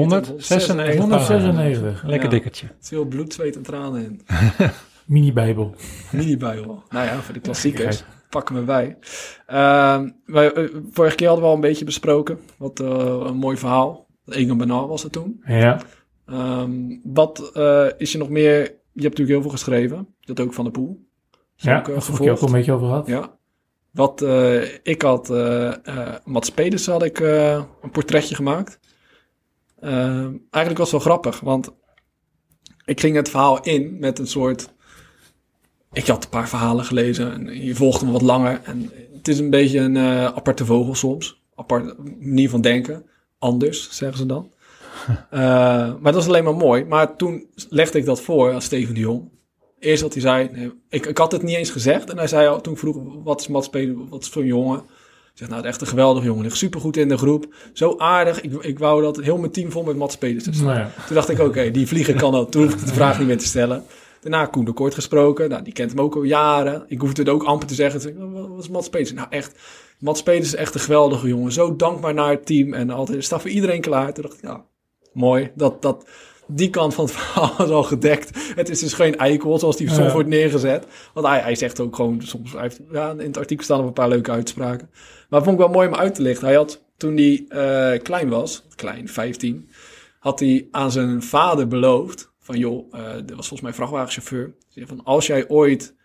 196. Lekker dikkertje. Veel bloed, zweet en tranen in. Mini-bijbel. Nou ja, voor de klassiekers. Pakken we bij. Vorige keer hadden we al een beetje besproken. Wat een mooi verhaal. Egan Bernal was het toen. Ja. Wat is je nog meer... Je hebt natuurlijk heel veel geschreven. Dat ook Van der Poel. Daar heb ik ook al een beetje over gehad. Ja. Wat ik had... Mats Pedersen had ik een portretje gemaakt. Eigenlijk was het wel grappig. Want ik ging het verhaal in met een soort... Ik had een paar verhalen gelezen. En je volgt hem wat langer. En het is een beetje een aparte vogel soms. Aparte manier van denken. Anders, zeggen ze dan. Maar dat is alleen maar mooi. Maar toen legde ik dat voor aan Steven de Jong. Eerst wat hij zei... Nee, ik had het niet eens gezegd. En hij zei al, toen vroeg wat is Mats Pedersen, wat is voor een jongen? Ik zeg, nou, echt een geweldige jongen. Ligt supergoed in de groep. Zo aardig. Ik wou dat heel mijn team vol met Mats Pedersen staan. Nou Toen dacht ik, oké, die vliegen kan dat. Toen hoef ik de vraag niet meer te stellen. Daarna Koen de Kort gesproken. Nou, die kent hem ook al jaren. Ik hoefde het ook amper te zeggen. Wat is Mats Pedersen? Nou, echt. Mats Pedersen is echt een geweldige jongen. Zo dankbaar naar het team. En altijd staat voor iedereen klaar. Toen dacht ik, ja, mooi. Die kant van het verhaal is al gedekt. Het is dus geen eikel zoals die soms wordt neergezet. Want hij zegt ook gewoon soms... in het artikel staan nog een paar leuke uitspraken. Maar dat vond ik wel mooi om uit te lichten. Hij had, toen hij klein was, 15... had hij aan zijn vader beloofd van joh, dat was volgens mij vrachtwagenchauffeur. Van als jij ooit,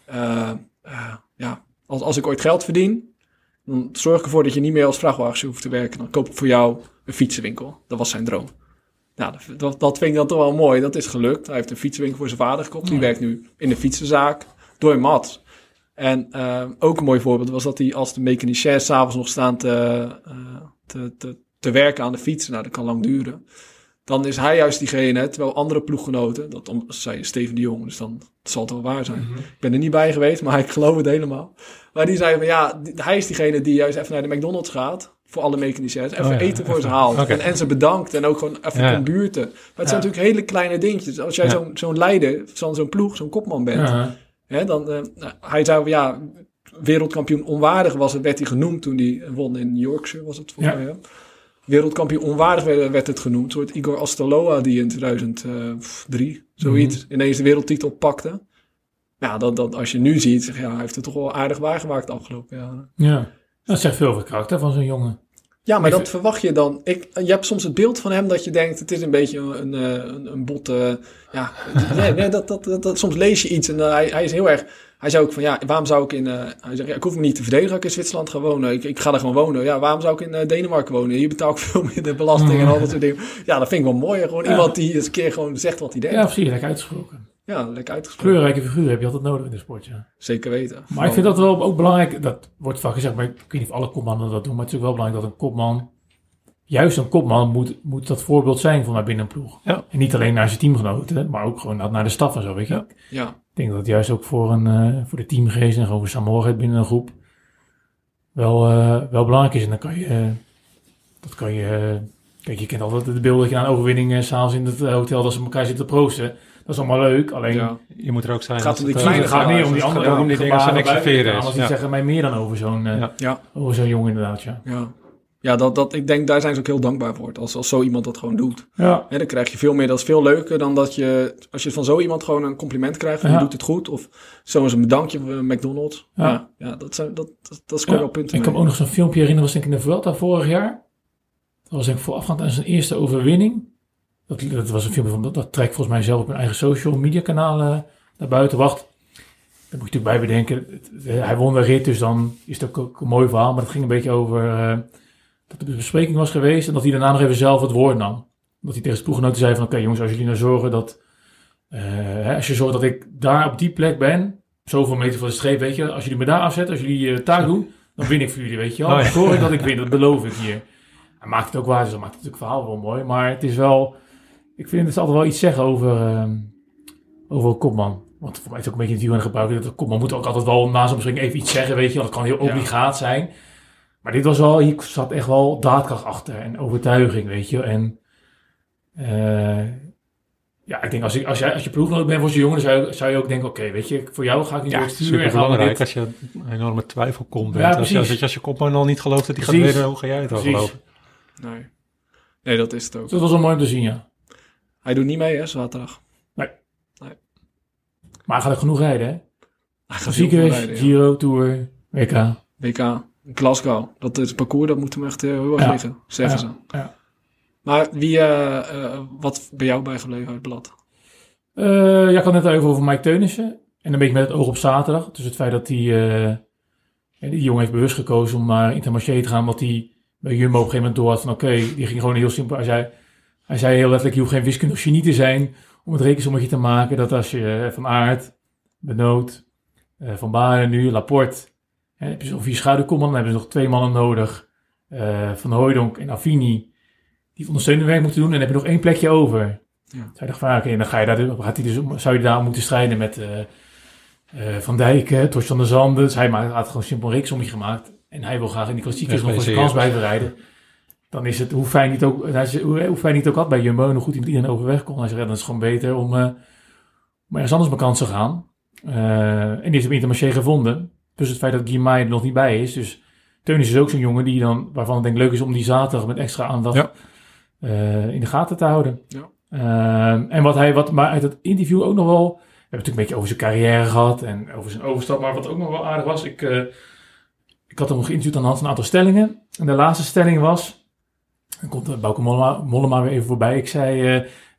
als ik ooit geld verdien, dan zorg ik ervoor dat je niet meer als vrachtwagenchauffeur hoeft te werken. Dan koop ik voor jou een fietsenwinkel. Dat was zijn droom. Nou, dat vind ik dan toch wel mooi. Dat is gelukt. Hij heeft een fietsenwinkel voor zijn vader gekocht. Die werkt nu in de fietsenzaak door Mats. En ook een mooi voorbeeld was dat hij als de mechaniciens 's avonds nog staan te werken aan de fiets. Nou, dat kan lang duren. Dan is hij juist diegene, terwijl andere ploeggenoten, dat zei Steven de Jong, dus dan zal het wel waar zijn. Mm-hmm. Ik ben er niet bij geweest, maar ik geloof het helemaal. Maar die zei van hij is diegene die juist even naar de McDonald's gaat, voor alle mechaniciens, even eten voor ze haalt. Okay. En ze bedankt en ook gewoon even komt buurten. Maar het zijn natuurlijk hele kleine dingetjes. Als jij zo'n leider, zo'n ploeg, zo'n kopman bent, dan, hij zei wereldkampioen onwaardig werd hij genoemd toen hij won in Yorkshire, was het volgens mij. Ja. Wereldkampioen onwaardig werd het genoemd. Een soort Igor Astaloa die in 2003 zoiets ineens de wereldtitel pakte. Ja, dat als je nu ziet, zeg, hij heeft het toch wel aardig waargemaakt de afgelopen jaren. Ja, dat zegt veel over karakter van zo'n jongen. Ja, maar dat verwacht je dan. Je hebt soms het beeld van hem dat je denkt, het is een beetje een botte... soms lees je iets en hij is heel erg... Hij zei ook van, waarom zou ik hij zegt, ik hoef me niet te verdedigen, ik in Zwitserland ga wonen. Ik ga er gewoon wonen. Ja, waarom zou ik in Denemarken wonen? Hier betaal ik veel meer de belasting en al dat soort dingen. Ja, dat vind ik wel mooi. Gewoon iemand die eens een keer gewoon zegt wat hij denkt. Ja, precies, lekker uitgesproken. Ja, lekker uitgesproken. Kleurrijke figuren heb je altijd nodig in de sport, ja. Zeker weten. Maar ik vind dat wel ook belangrijk, dat wordt vaak gezegd, maar ik weet niet of alle kopmannen dat doen, maar het is ook wel belangrijk dat een kopman, juist een kopman moet dat voorbeeld zijn voor mij binnen een ploeg. Ja. En niet alleen naar zijn teamgenoten, maar ook gewoon naar de staf en zo, weet je. Ja. Ik denk dat het juist ook voor de teamgeest en gewoon voor saamhorigheid binnen een groep wel belangrijk is. En dan kan je, kijk, je kent altijd de beelden dat je na een overwinning 's avonds in het hotel dat ze elkaar zitten te proosten. Dat is allemaal leuk, alleen je moet er ook zijn. Het gaat om die kleine, gaat meer om die andere om die dingen zijn extraveren. Als die zeggen mij meer dan over zo'n jongen inderdaad, Ja, ik denk, daar zijn ze ook heel dankbaar voor. Als zo iemand dat gewoon doet. Ja. Dan krijg je veel meer. Dat is veel leuker dan dat als je van zo iemand gewoon een compliment krijgt van je doet het goed. Of zo eens een bedankje van McDonald's. Ja, dat is wel punten. Ik kan me ook nog zo'n filmpje herinneren, was denk ik in de Vuelta vorig jaar. Dat was denk ik voorafgaand aan zijn eerste overwinning. Dat was een filmpje van dat trek volgens mij zelf op mijn eigen social media kanalen naar buiten. Wacht, daar moet je natuurlijk bij bedenken. Hij won de rit, dus dan is het ook een mooi verhaal. Maar het ging een beetje over dat er een bespreking was geweest en dat hij daarna nog even zelf het woord nam. Dat hij tegen zijn ploeggenoten zei van, oké, jongens, als jullie nou zorgen dat als je zorgt dat ik daar op die plek ben, zoveel meter voor de streep, weet je, als jullie me daar afzetten, als jullie taak doen, dan win ik voor jullie, weet je wel. Zorg ik dat ik win, dat beloof ik hier. Hij maakt het ook waar, dus dat maakt het natuurlijk verhaal wel mooi. Maar het is wel, ik vind het altijd wel iets zeggen over een kopman. Want voor mij is het ook een beetje het wielrennen gebruiken. Dat de kopman moet ook altijd wel na zo'n bespreking even iets zeggen, weet je. Dat kan heel obligaat zijn. Maar dit was wel, hier zat echt wel daadkracht achter en overtuiging, weet je. En ik denk als je ploeggenoot bent voor zo'n jongen, dan zou je ook denken, oké, weet je, voor jou ga ik niet door het stuur. Ja, belangrijk als je een enorme twijfelkom bent. Als je kopman al niet gelooft dat die gaat winnen, hoe ga jij het wel geloven? Nee, dat is het ook. Dus dat was wel mooi om te zien, ja. Hij doet niet mee, hè, zaterdag. Nee. Maar hij gaat er genoeg rijden, hè? Hij gaat rijden, Giro, Tour, WK. Glasgow. Dat is het parcours, dat moet hem echt heel erg liggen, zeggen ze. Ja. Maar wat bij jou bijgebleven uit het blad? Ik had net even over Mike Teunissen. En een beetje met het oog op zaterdag. Dus het feit dat die jongen heeft bewust gekozen om naar Intermarché te gaan, omdat hij bij Jumbo op een gegeven moment door had van oké, die ging gewoon heel simpel. Hij zei heel letterlijk, je hoeft geen wiskundig genie te zijn om het rekensommetje te maken. Dat als je Van Aert, Benoot, Van Baarle nu, Laporte, dan heb je zo'n 4 schaduwkomman, dan hebben ze nog 2 mannen nodig. Van Hooijdonk en Affini, die ondersteunend werk moeten doen. En dan heb je nog 1 plekje over. Ja. Zij dacht van, oké, dan zou je daar moeten strijden met Van Dijk, Tosh van der Zanden. Dus hij had gewoon simpel een rekensommetje gemaakt. En hij wil graag in die klassiekers nog voor zijn kans blijven rijden. Dan is het, hoe fijn hij het ook had bij Jumbo en hoe goed hij met iedereen overweg kon. Hij zei, dan is het gewoon beter om ergens anders mijn kans te gaan. En die heeft op Intermarché gevonden. Dus het feit dat Guimai er nog niet bij is. Dus Teunissen is ook zo'n jongen die dan, waarvan het denk ik leuk is om die zaterdag met extra aandacht in de gaten te houden. Ja. En maar uit het interview ook nog wel, we hebben natuurlijk een beetje over zijn carrière gehad en over zijn overstap, maar wat ook nog wel aardig was, ik had hem nog geïnterviewd aan de hand van een aantal stellingen. En de laatste stelling was, dan komt Bauke Mollema weer even voorbij. Ik zei,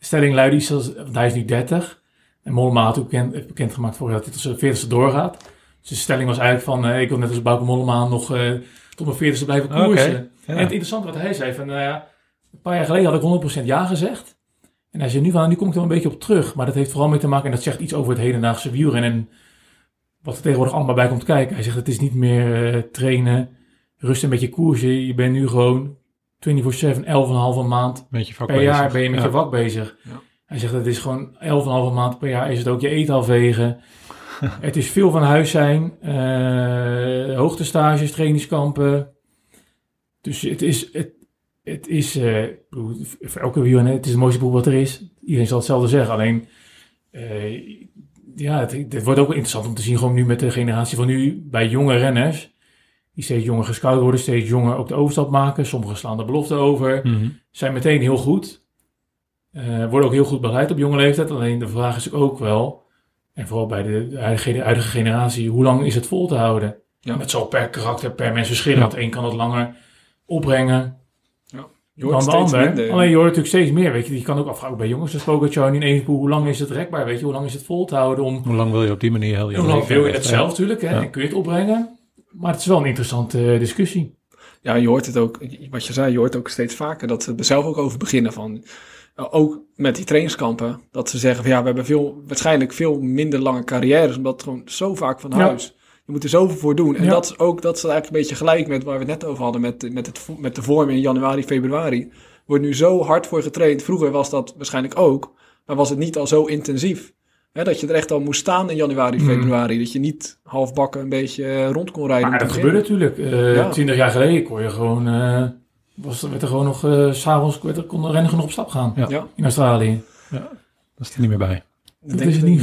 stelling luidde iets als, want hij is nu 30. En Mollema had ook bekendgemaakt vorig jaar dat hij tot zijn 40ste doorgaat. Dus de stelling was eigenlijk van, ik wil net als Bauke Mollema nog tot mijn 40ste blijven koersen. Okay, ja. En het interessante wat hij zei, van, een paar jaar geleden had ik 100% ja gezegd. En hij zei nu kom ik er wel een beetje op terug. Maar dat heeft vooral mee te maken, en dat zegt iets over het hedendaagse wielrennen en wat er tegenwoordig allemaal bij komt kijken. Hij zegt, het is niet meer trainen, rusten met je koersen. Je bent nu gewoon 24/7, 11,5 maand per jaar ben je met je vak bezig. Ja. Hij zegt, het is gewoon 11,5 maand per jaar is het ook je eten afwegen. Het is veel van huis zijn, hoogtestages, trainingskampen. Dus het is voor elke wielrenner, het is het mooiste boek wat er is. Iedereen zal hetzelfde zeggen, alleen het wordt ook interessant om te zien gewoon nu met de generatie van nu bij jonge renners, die steeds jonger gescout worden, steeds jonger ook de overstap maken. Sommigen slaan de belofte over, zijn meteen heel goed. Worden ook heel goed begeleid op jonge leeftijd. Alleen de vraag is ook wel, en vooral bij de huidige generatie, hoe lang is het vol te houden? Ja. Dat zal per karakter, per mens verschillen. Want de een kan het langer opbrengen dan de ander. Alleen je hoort natuurlijk steeds meer, weet je. Je kan ook afvragen bij jongens, dus Pogacar in Evenepoel, hoe lang is het rekbaar, weet je? Hoe lang is het vol te houden? Hoe lang wil je op die manier heel hoe lang wil je het zelf natuurlijk, hè? En kun je het opbrengen? Maar het is wel een interessante discussie. Ja, je hoort het ook, wat je zei, je hoort ook steeds vaker dat ze er zelf ook over beginnen van, ook met die trainingskampen, dat ze zeggen van we hebben waarschijnlijk veel minder lange carrières, omdat het gewoon zo vaak van huis. Je moet er zoveel voor doen. En dat is eigenlijk een beetje gelijk met waar we het net over hadden, met de vorm in januari, februari. Wordt nu zo hard voor getraind. Vroeger was dat waarschijnlijk ook, maar was het niet al zo intensief. Hè, dat je er echt al moest staan in januari, februari. Dat je niet halfbakken een beetje rond kon rijden. Maar dat gebeurde natuurlijk. 20 jaar geleden kon je gewoon, werd er gewoon nog, 's avonds kon de renner nog op stap gaan in Australië. Ja, dat is er niet meer bij. Dat is het niet.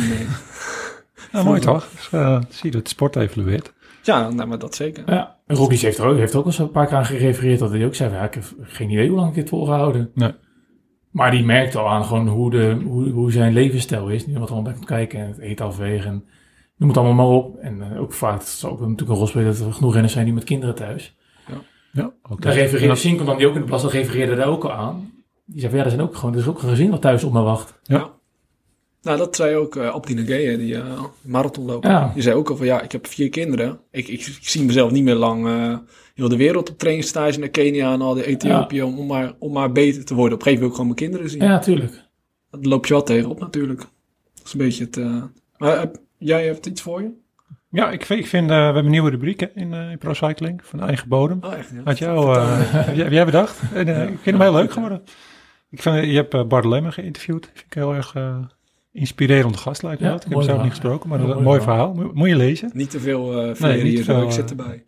Nou, mooi toch? Dus, zie je dat de sport evolueert. Ja, maar dat zeker. Ja. En Roglic heeft ook al eens een paar keer aan gerefereerd dat hij ook zei, ik heb geen idee hoe lang ik dit volgehouden. Nee. Maar die merkt al aan gewoon hoe zijn levensstijl is. Nu wat er allemaal bij komt kijken en het eten afwegen. Noem het allemaal maar op. En ook vaak zal ook natuurlijk een rol spelen dat er genoeg renners zijn die met kinderen thuis. Ja, daar refereerde Sinkel dan, die ook in de plas, dat refereerde daar ook al aan. Die zei van er is ook een gezin wat thuis op me wacht. Ja. Nou, dat zei ook Abdi Nageye, die marathonloper. Ja. Die zei ook al van ik heb 4 kinderen. Ik zie mezelf niet meer lang heel de wereld op trainingsstage naar Kenia en al die Ethiopië om maar beter te worden. Op een gegeven moment wil ik gewoon mijn kinderen zien. Ja, tuurlijk. Dat loop je wel tegenop natuurlijk. Dat is een beetje het... Maar jij hebt iets voor je? Ja, ik vind we hebben een nieuwe rubriek in Pro Cycling van eigen bodem. Oh, echt? Ja. Had heb jij bedacht? En, ik vind hem heel leuk geworden. Je hebt Bart Lemmer geïnterviewd. Vind ik heel erg... inspirerend gast lijkt me dat. Ik heb hem zelf niet gesproken, maar een mooi verhaal. Moet je lezen. Niet te veel hier zo, ik zit erbij.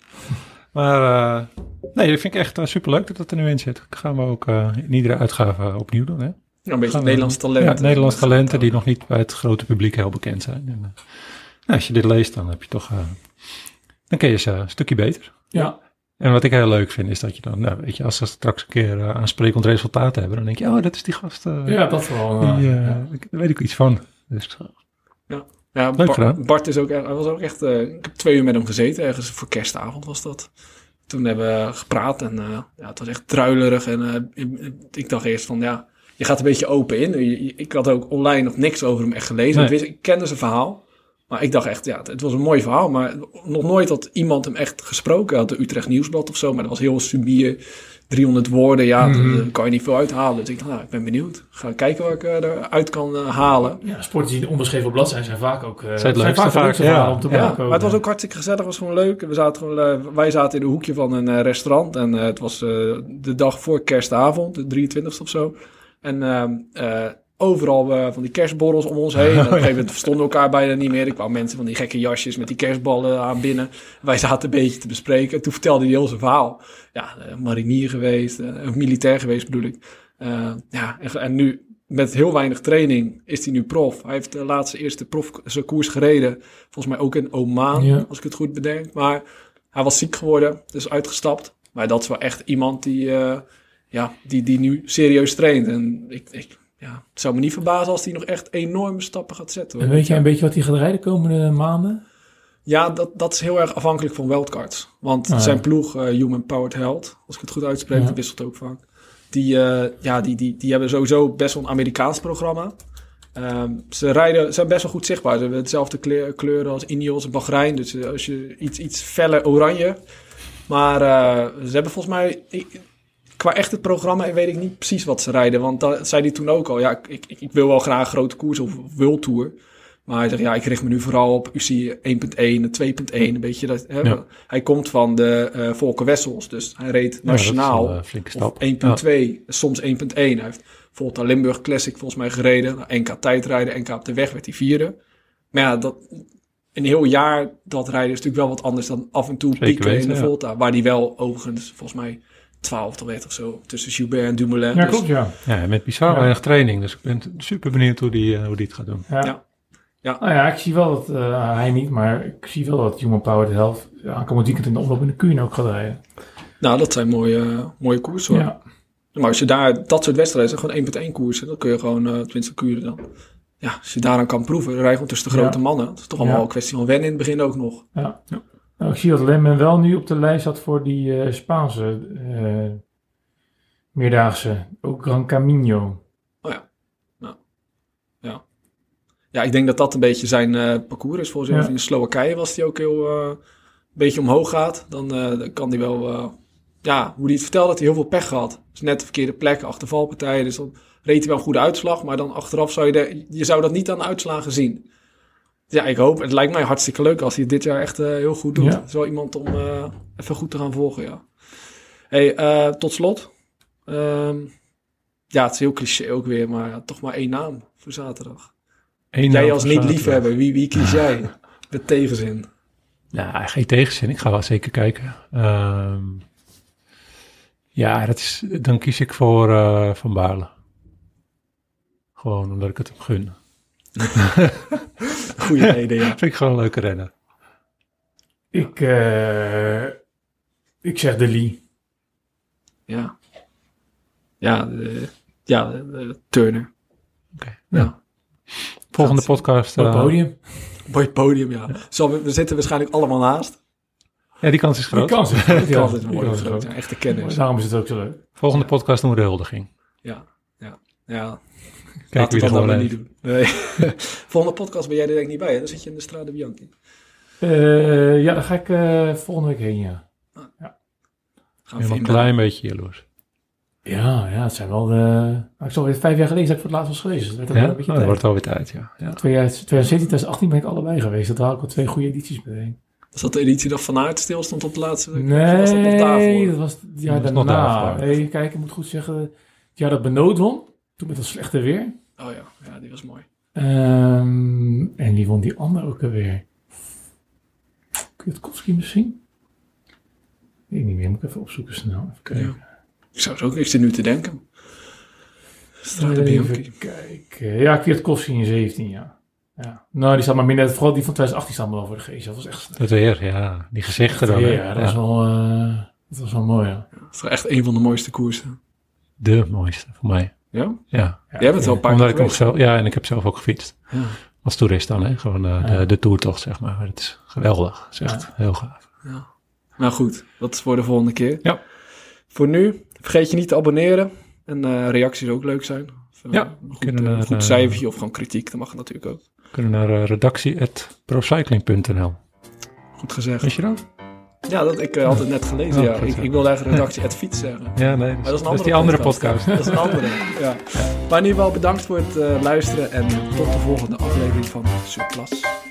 Maar dat vind ik echt superleuk dat het er nu in zit. Dat gaan we ook in iedere uitgave opnieuw doen. Hè? Ja, een beetje Nederlands talent. Ja, Nederlands talenten die nog niet bij het grote publiek heel bekend zijn. En, als je dit leest, dan heb je toch... dan ken je ze een stukje beter. Ja. En wat ik heel leuk vind, is dat je dan, als ze straks een keer aansprekend resultaat hebben, dan denk je, dat is die gast. Ja, dat wel. Daar weet ik iets van. Dus, ja, Bart is ook, hij was ook echt, ik heb 2 uur met hem gezeten, ergens voor kerstavond was dat. Toen hebben we gepraat en het was echt druilerig en ik dacht eerst van, je gaat een beetje open in. Ik had ook online nog niks over hem echt gelezen. Nee. Ik kende zijn verhaal. Maar ik dacht echt, het was een mooi verhaal. Maar nog nooit had iemand hem echt gesproken. Had de Utrecht Nieuwsblad of zo. Maar dat was heel subier. 300 woorden. Ja, daar kan je niet veel uithalen. Dus ik dacht, ik ben benieuwd. Ga kijken wat ik eruit kan halen. Ja, sporten die onderschreven op bladzijden zijn vaak ook... zijn vaak verhalen om te maken. Maar het was ook hartstikke gezellig. Het was gewoon leuk. Wij zaten in een hoekje van een restaurant. En het was de dag voor kerstavond. De 23e of zo. En... overal van die kerstborrels om ons heen. En op een gegeven moment verstonden elkaar bijna niet meer. Er kwamen mensen van die gekke jasjes met die kerstballen aan binnen. Wij zaten een beetje te bespreken. En toen vertelde hij heel zijn verhaal. Ja, marinier geweest, militair geweest bedoel ik. En nu met heel weinig training is hij nu prof. Hij heeft de eerste profkoers gereden. Volgens mij ook in Oman, als ik het goed bedenk. Maar hij was ziek geworden, dus uitgestapt. Maar dat is wel echt iemand die nu serieus traint. En het zou me niet verbazen als hij nog echt enorme stappen gaat zetten. Hoor. En weet jij een beetje wat hij gaat rijden de komende maanden? Ja, dat is heel erg afhankelijk van wildcards. Want zijn ploeg, Human Powered Health, als ik het goed uitspreek, dat wisselt ook vaak. Die hebben sowieso best wel een Amerikaans programma. Ze zijn best wel goed zichtbaar. Ze hebben hetzelfde kleuren als Ineos en Bahrein. Dus als je iets feller oranje. Maar ze hebben volgens mij... Qua echt het programma weet ik niet precies wat ze rijden. Want dat zei hij toen ook al. Ja, ik wil wel graag grote koers of World Tour. Maar hij zegt, ik richt me nu vooral op UCI 1.1 en 2.1. Een beetje dat, hè? Ja. Hij komt van de Volker Wessels. Dus hij reed nationaal op 1.2, soms 1.1. Hij heeft Volta Limburg Classic volgens mij gereden. NK tijdrijden, NK op de weg werd hij vierde. Maar ja, een heel jaar dat rijden is natuurlijk wel wat anders dan af en toe pieken in de Volta. Waar die wel overigens volgens mij 12 werd of zo. Tussen Gilbert en Dumoulin. Ja, klopt, ja. Ja, met bizar weinig training. Dus ik ben super benieuwd hoe die het gaat doen. Ja. Nou ja, ik zie wel dat hij niet, maar ik zie wel dat Human Power de helft aankomend weekend in de omloop in de Kuurne ook gaat rijden. Nou, dat zijn mooie koersen hoor. Ja. Maar als je daar dat soort wedstrijden, gewoon 1.1 koersen, dan kun je gewoon, tenminste Kuurne dan. Ja, als je daaraan kan proeven, dan rij je gewoon tussen de grote mannen. Dat is toch allemaal een kwestie van wennen in het begin ook nog. Ja. Nou, ik zie dat Lemmen wel nu op de lijst had voor die Spaanse meerdaagse, ook Gran Camino. Oh ja. Ja. Ja, ik denk dat een beetje zijn parcours is. Volgens mij in Slowakije was hij ook heel een beetje omhoog gaat. Dan kan hij wel... hoe hij het vertelde, dat hij heel veel pech gehad. Dus net de verkeerde plek, achtervalpartijen. Dus dan reed hij wel een goede uitslag. Maar dan achteraf zou je zou dat niet aan de uitslagen zien. Dus ja, ik hoop... Het lijkt mij hartstikke leuk als hij het dit jaar echt heel goed doet. Het is wel iemand om even goed te gaan volgen, ja. Hey, tot slot. Het is heel cliché ook weer. Maar toch maar 1 naam voor zaterdag. Jij als niet-liefhebber, wie kies jij? Met tegenzin. Nou, geen tegenzin. Ik ga wel zeker kijken. Dan kies ik voor Van Baarle. Gewoon omdat ik het hem gun. Goeie reden, ja. Vind ik gewoon een leuke renner. Ik zeg De Lee. Ja. Turner. Oké. Ja. Volgende podcast. Podium. Mooi podium, ja. We zitten waarschijnlijk allemaal naast. Ja, die kans is groot. Die kans is mooi groot. Ja, echte kennis. Daarom is het ook zo leuk. Volgende podcast doen we de huldiging. Ja. Kijk wie er gewoon niet doen. Nee. Volgende podcast ben jij er denk ik niet bij, hè? Dan zit je in de Strade Bianchi. Daar ga ik volgende week heen, ja. Gaan we een klein beetje jaloers. Ja, het zijn wel ik zal weer 5 jaar geleden dat ik voor het laatst was geweest. Dus dat wordt alweer tijd, ja. 2017, 2018 ben ik allebei geweest. Dat had ik wel 2 goede edities meteen. Was dat de editie dat Van Aert stil stond op de laatste? Nee, dat was het jaar daarna. Nee, kijk, ik moet goed zeggen. Het jaar dat Benoot won, toen met dat slechte weer. Oh ja, die was mooi. En wie won die andere ook alweer? Kwiatkowski misschien? Weet ik niet meer, moet ik even opzoeken snel. Even kijken. Ja. Ik zou het ook eens nu te denken. Strade Bianchi. Even kijken. Ja, Kwiatkowski in 17, ja. Nou, die staat maar minder. Vooral die van 2018 staat me wel voor de geest. Dat was echt... Het weer, ja. Die gezichten dan. Ja, dat was wel mooi, ja. Dat is echt een van de mooiste koersen. De mooiste, voor mij. Ja? Ja. Jij bent het wel een paar keer geweest. En ik heb zelf ook gefietst. Ja. Als toerist dan, hè. Gewoon de toertocht, zeg maar. Het is geweldig. Het is echt heel gaaf. Ja. Nou goed, dat is voor de volgende keer. Ja. Voor nu, vergeet je niet te abonneren. En reacties ook leuk zijn. Een goed cijfertje of gewoon kritiek, dat mag natuurlijk ook. Kunnen naar redactie@procycling.nl. Goed gezegd. Wist je dat? Ja, ik had het net gelezen. Ja. Ik wilde eigenlijk redactie@fiets zeggen. Ja, nee, dat is die andere podcast. Dat is een andere, ja. Maar in ieder geval bedankt voor het luisteren en tot de volgende aflevering van Surplus.